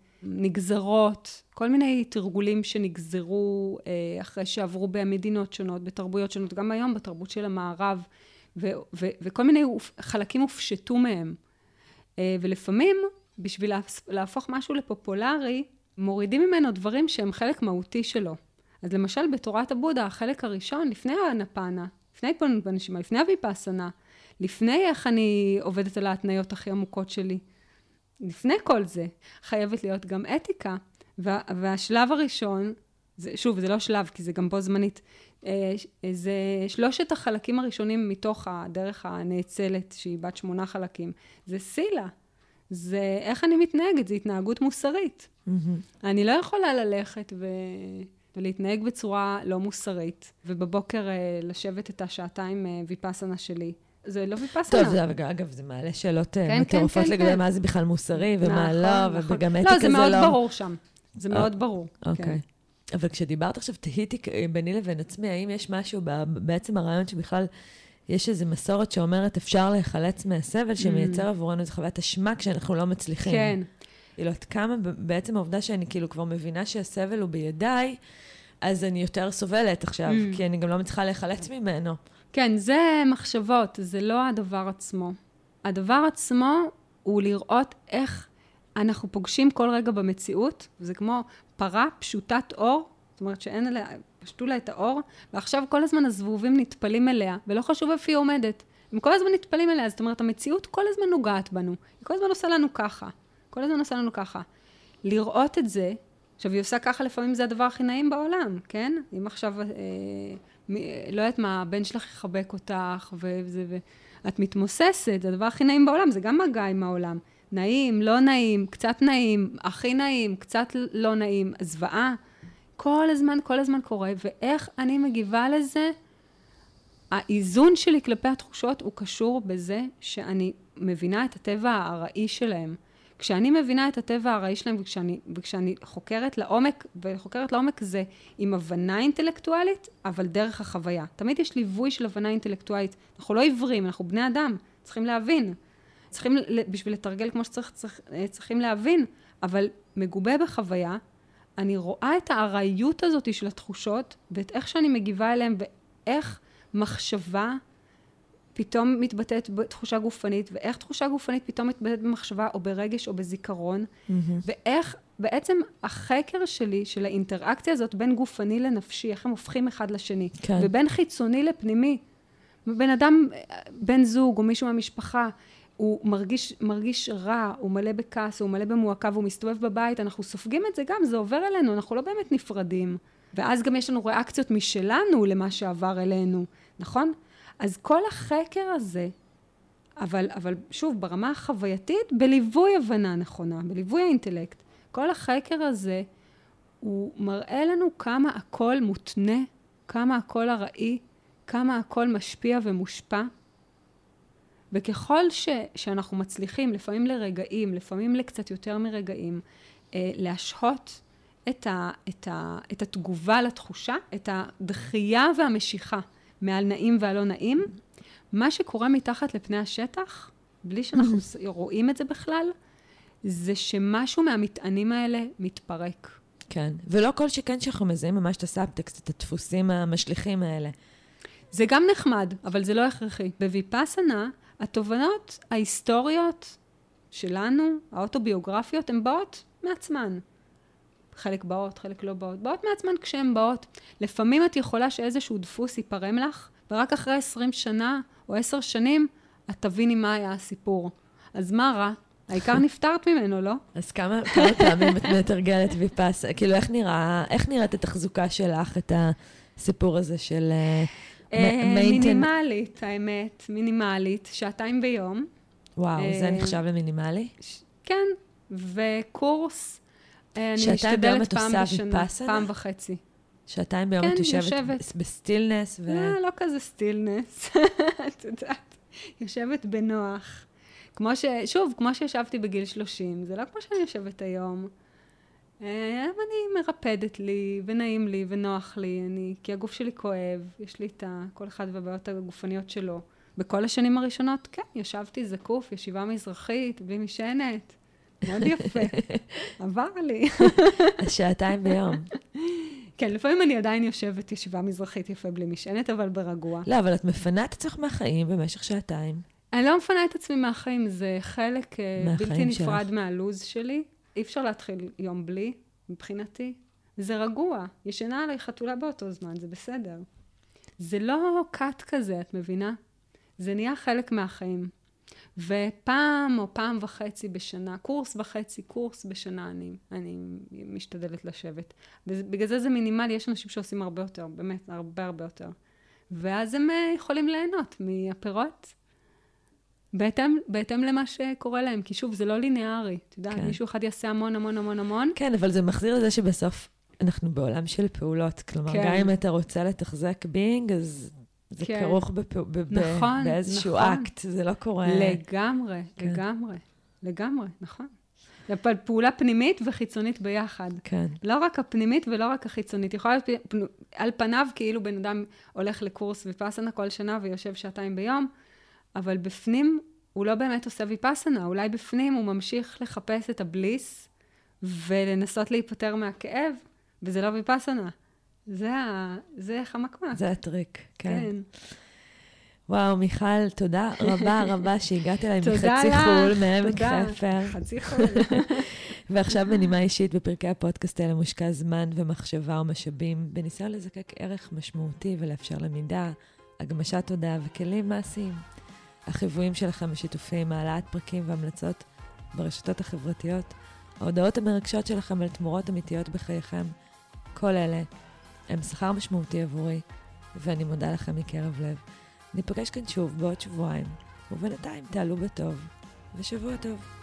נגזרות, כל מיני תרגולים שנגזרו אחרי שעברו במדינות שונות, בתרבויות שונות, גם היום בתרבות של המערב, וכל מיני חלקים הופשטו מהם. ולפעמים, בשביל להפוך משהו לפופולרי, מורידים ממנו דברים שהם חלק מהותי שלו. אז למשל, בתורת הבודה, החלק הראשון, לפני הנפנה, לפני פונות בנשימה, לפני הוויפאסנה, לפני איך אני עובדת על ההתניות הכי עמוקות שלי, לפני כל זה, חייבת להיות גם אתיקה, והשלב הראשון, שוב, זה לא שלב, כי זה גם בו זמנית, זה 3 החלקים הראשונים מתוך הדרך הנאצלת, שהיא בת 8 חלקים. זה סילה, זה איך אני מתנהגת, זה התנהגות מוסרית. אני לא יכולה ללכת ולהתנהג בצורה לא מוסרית, ובבוקר לשבת את השעתיים ויפאסנה שלי. זה לא ויפאסנה. טוב, אגב, זה מעלה שאלות מטורפות לגבי מה זה בכלל מוסרי, ומה לא, וגם אתיקה זה לא... לא, זה מאוד ברור שם. זה מאוד ברור. אוקיי. אבל כשדיברת עכשיו, תהיתי ביני לבין עצמי, האם יש משהו בעצם הרעיון שבכלל יש איזו מסורת שאומרת אפשר להיחלץ מהסבל, שמייצר עבורנו איזו חוויית אשמה כשאנחנו לא מצליחים. כן. כאילו, עד כמה בעצם העובדה שאני כאילו כבר מבינה שהסבל הוא בידיי, אז אני יותר סובלת עכשיו, כי אני גם לא מצליחה להיחלץ ממנו. כן, זה מחשבות, זה לא הדבר עצמו. הדבר עצמו הוא לראות איך אנחנו פוגשים כל רגע במציאות, זה כמו פרה פשוטת אור, זאת אומרת שאין עליה, פשטו לה את האור, ועכשיו כל הזמן הזבובים נטפלים אליה, ולא חשוב איפה היא עומדת. הם כל הזמן נטפלים אליה, זאת אומרת, המציאות כל הזמן נוגעת בנו, היא כל הזמן עושה לנו ככה, כל הזמן עושה לנו ככה. לראות את זה, עכשיו היא עושה ככה, לפעמים זה הדבר הכי נעים בעולם, כן? אם עכשיו, לא יודעת מה, הבן שלך יחבק אותך, ואת מתמוססת, זה הדבר הכי נעים בעולם, זה גם מגע עם העולם. נעים, לא נעים, קצת נעים, הכי נעים, קצת לא נעים, זוועה. כל הזמן קורה, ואיך אני מגיבה לזה, האיזון שלי כלפי התחושות הוא קשור בזה שאני מבינה את הטבע הראי שלהם. כשאני מבינה את הטבע הראי שלהם, וכשאני חוקרת לעומק, וחוקרת לעומק זה עם הבנה אינטלקטואלית, אבל דרך החוויה. תמיד יש ליווי של הבנה אינטלקטואלית. אנחנו לא עיוורים, אנחנו בני אדם, צריכים להבין. צריכים, בשביל לתרגל כמו שצריך, צריכים להבין, אבל מגובה בחוויה, אני רואה את הארעיות הזאת של התחושות, ואת איך שאני מגיבה אליהם, ואיך מחשבה פתאום מתבטאת בתחושה גופנית, ואיך תחושה גופנית פתאום מתבטאת במחשבה, או ברגש, או בזיכרון, ואיך בעצם החקר שלי, של האינטראקציה הזאת, בין גופני לנפשי, איך הם הופכים אחד לשני, כן. ובין חיצוני לפנימי, בן אדם, בן זוג, או מישהו מהמשפחה, הוא מרגיש רע, הוא מלא בכעס, הוא מלא במועקה, והוא מסתובב בבית, אנחנו סופגים את זה גם, זה עובר אלינו, אנחנו לא באמת נפרדים. ואז גם יש לנו ריאקציות משלנו למה שעבר אלינו, נכון? אז כל החקר הזה, אבל שוב, ברמה החווייתית, בליווי הבנה נכונה, בליווי האינטלקט, כל החקר הזה, הוא מראה לנו כמה הכל מותנה, כמה הכל הראי, כמה הכל משפיע ומושפע, וככל שאנחנו מצליחים, לפעמים לרגעים, לפעמים לקצת יותר מרגעים, להשהות את התגובה לתחושה, את הדחייה והמשיכה מעל נעים והלא נעים, מה שקורה מתחת לפני השטח, בלי שאנחנו רואים את זה בכלל, זה שמשהו מהמטענים האלה מתפרק. כן, ולא כל שכן שאנחנו מזהים ממש את הסאבטקסט, את הדפוסים המשליכים האלה. זה גם נחמד, אבל זה לא הכרחי. בויפאסנה, התובנות ההיסטוריות שלנו, האוטוביוגרפיות, הן באות מעצמן. חלק באות, חלק לא באות. באות מעצמן כשהן באות. לפעמים את יכולה שאיזשהו דפוס ייפרם לך, ורק אחרי 20 שנה או 10 שנים, את תביני מה היה הסיפור. אז מה רע? העיקר נפטרת ממנו, לא? אז כמה פעמים את מתרגלת ויפאסנה? כאילו, איך נראית התחזוקה שלך, את הסיפור הזה של... מינימלית, האמת, מינימלית, 2 ביום. וואו, זה נחשב למינימלי? כן, וקורס, אני משתדלת פעם בשנה, פעם וחצי. 2 ביום את יושבת בסטילנס לא כזה סטילנס, את יודעת, יושבת בנוח. שוב, כמו שישבתי בגיל 30, זה לא כמו שאני יושבת היום. אני מרפדת לי, ונעים לי, ונוח לי, כי הגוף שלי כואב, יש לי את כל אחד והבעיות הגופניות שלו. בכל השנים הראשונות, כן, ישבתי זקוף, ישיבה מזרחית, בלי משענת, מאוד יפה, עבר לי. 2 ביום. כן, לפעמים אני עדיין יושבת ישיבה מזרחית יפה בלי משענת, אבל ברגוע. לא, אבל את מפנה את עצמך מהחיים במשך 2. אני לא מפנה את עצמי מהחיים, זה חלק בלתי נפרד מהלוז שלי. אי אפשר להתחיל יום בלי, מבחינתי. זה רגוע, ישנה עליי חתולה באותו זמן, זה בסדר. זה לא קאט כזה, את מבינה? זה נהיה חלק מהחיים. ופעם או פעם וחצי בשנה, קורס בשנה אני משתדלת לשבת. בגלל זה מינימלי, יש אנשים שעושים הרבה יותר, באמת, הרבה יותר. ואז הם יכולים ליהנות מהפירות. בהתאם למה שקורה להם, כי שוב, זה לא ליניארי. אתה יודע, מישהו אחד יעשה המון. כן, אבל זה מחזיר לזה שבסוף אנחנו בעולם של פעולות. כלומר, גם אם אתה רוצה לתחזק בינג, אז זה כרוך באיזשהו אקט, זה לא קורה. לגמרי, נכון. זה פעולה פנימית וחיצונית ביחד. כן. לא רק הפנימית ולא רק החיצונית. יכולה להיות על פניו, כאילו בן אדם הולך לקורס ויפאסנה כל שנה ויושב 2 ביום, אבל בפנים הוא לא באמת עושה ויפאסנה, אולי בפנים הוא ממשיך לחפש את הבליס, ולנסות להיפטר מהכאב, וזה לא ויפאסנה. זה חמקמק. זה הטריק, כן. וואו, מיכל, תודה רבה שהגעת אליי מחצי חול, מעמק חפר. חצי חול. ועכשיו בנימה אישית בפרקי הפודקאסט האלה מושקע זמן ומחשבה ומשאבים, בניסיון לזקק ערך משמעותי ולאפשר למידה, הגמשת תודעה וכלים מעשיים. החיוויים שלכם השיתופים, העלאת פרקים והמלצות ברשתות החברתיות, ההודעות המרגשות שלכם על תמורות אמיתיות בחייכם, כל אלה הם שכר משמעותי עבורי, ואני מודה לכם מקרב לב. ניפגש כאן שוב בעוד שבועיים, ובינתיים תעלו בטוב, ושבוע טוב.